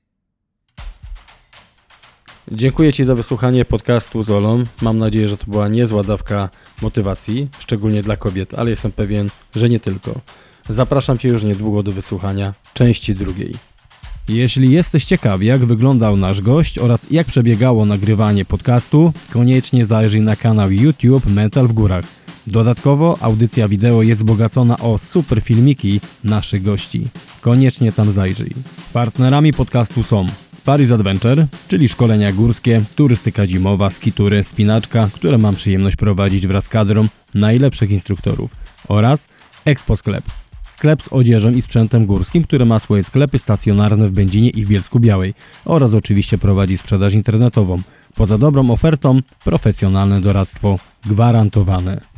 Dziękuję Ci za wysłuchanie podcastu z Olą. Mam nadzieję, że to była niezła dawka motywacji, szczególnie dla kobiet, ale jestem pewien, że nie tylko. Zapraszam Cię już niedługo do wysłuchania części drugiej. Jeśli jesteś ciekaw, jak wyglądał nasz gość oraz jak przebiegało nagrywanie podcastu, koniecznie zajrzyj na kanał YouTube Mental w Górach. Dodatkowo audycja wideo jest wzbogacona o super filmiki naszych gości. Koniecznie tam zajrzyj. Partnerami podcastu są Paris Adventure, czyli szkolenia górskie, turystyka zimowa, skitury, spinaczka, które mam przyjemność prowadzić wraz z kadrą najlepszych instruktorów, oraz Expo Sklep. Sklep z odzieżą i sprzętem górskim, który ma swoje sklepy stacjonarne w Będzinie i w Bielsku-Białej oraz oczywiście prowadzi sprzedaż internetową. Poza dobrą ofertą, profesjonalne doradztwo gwarantowane.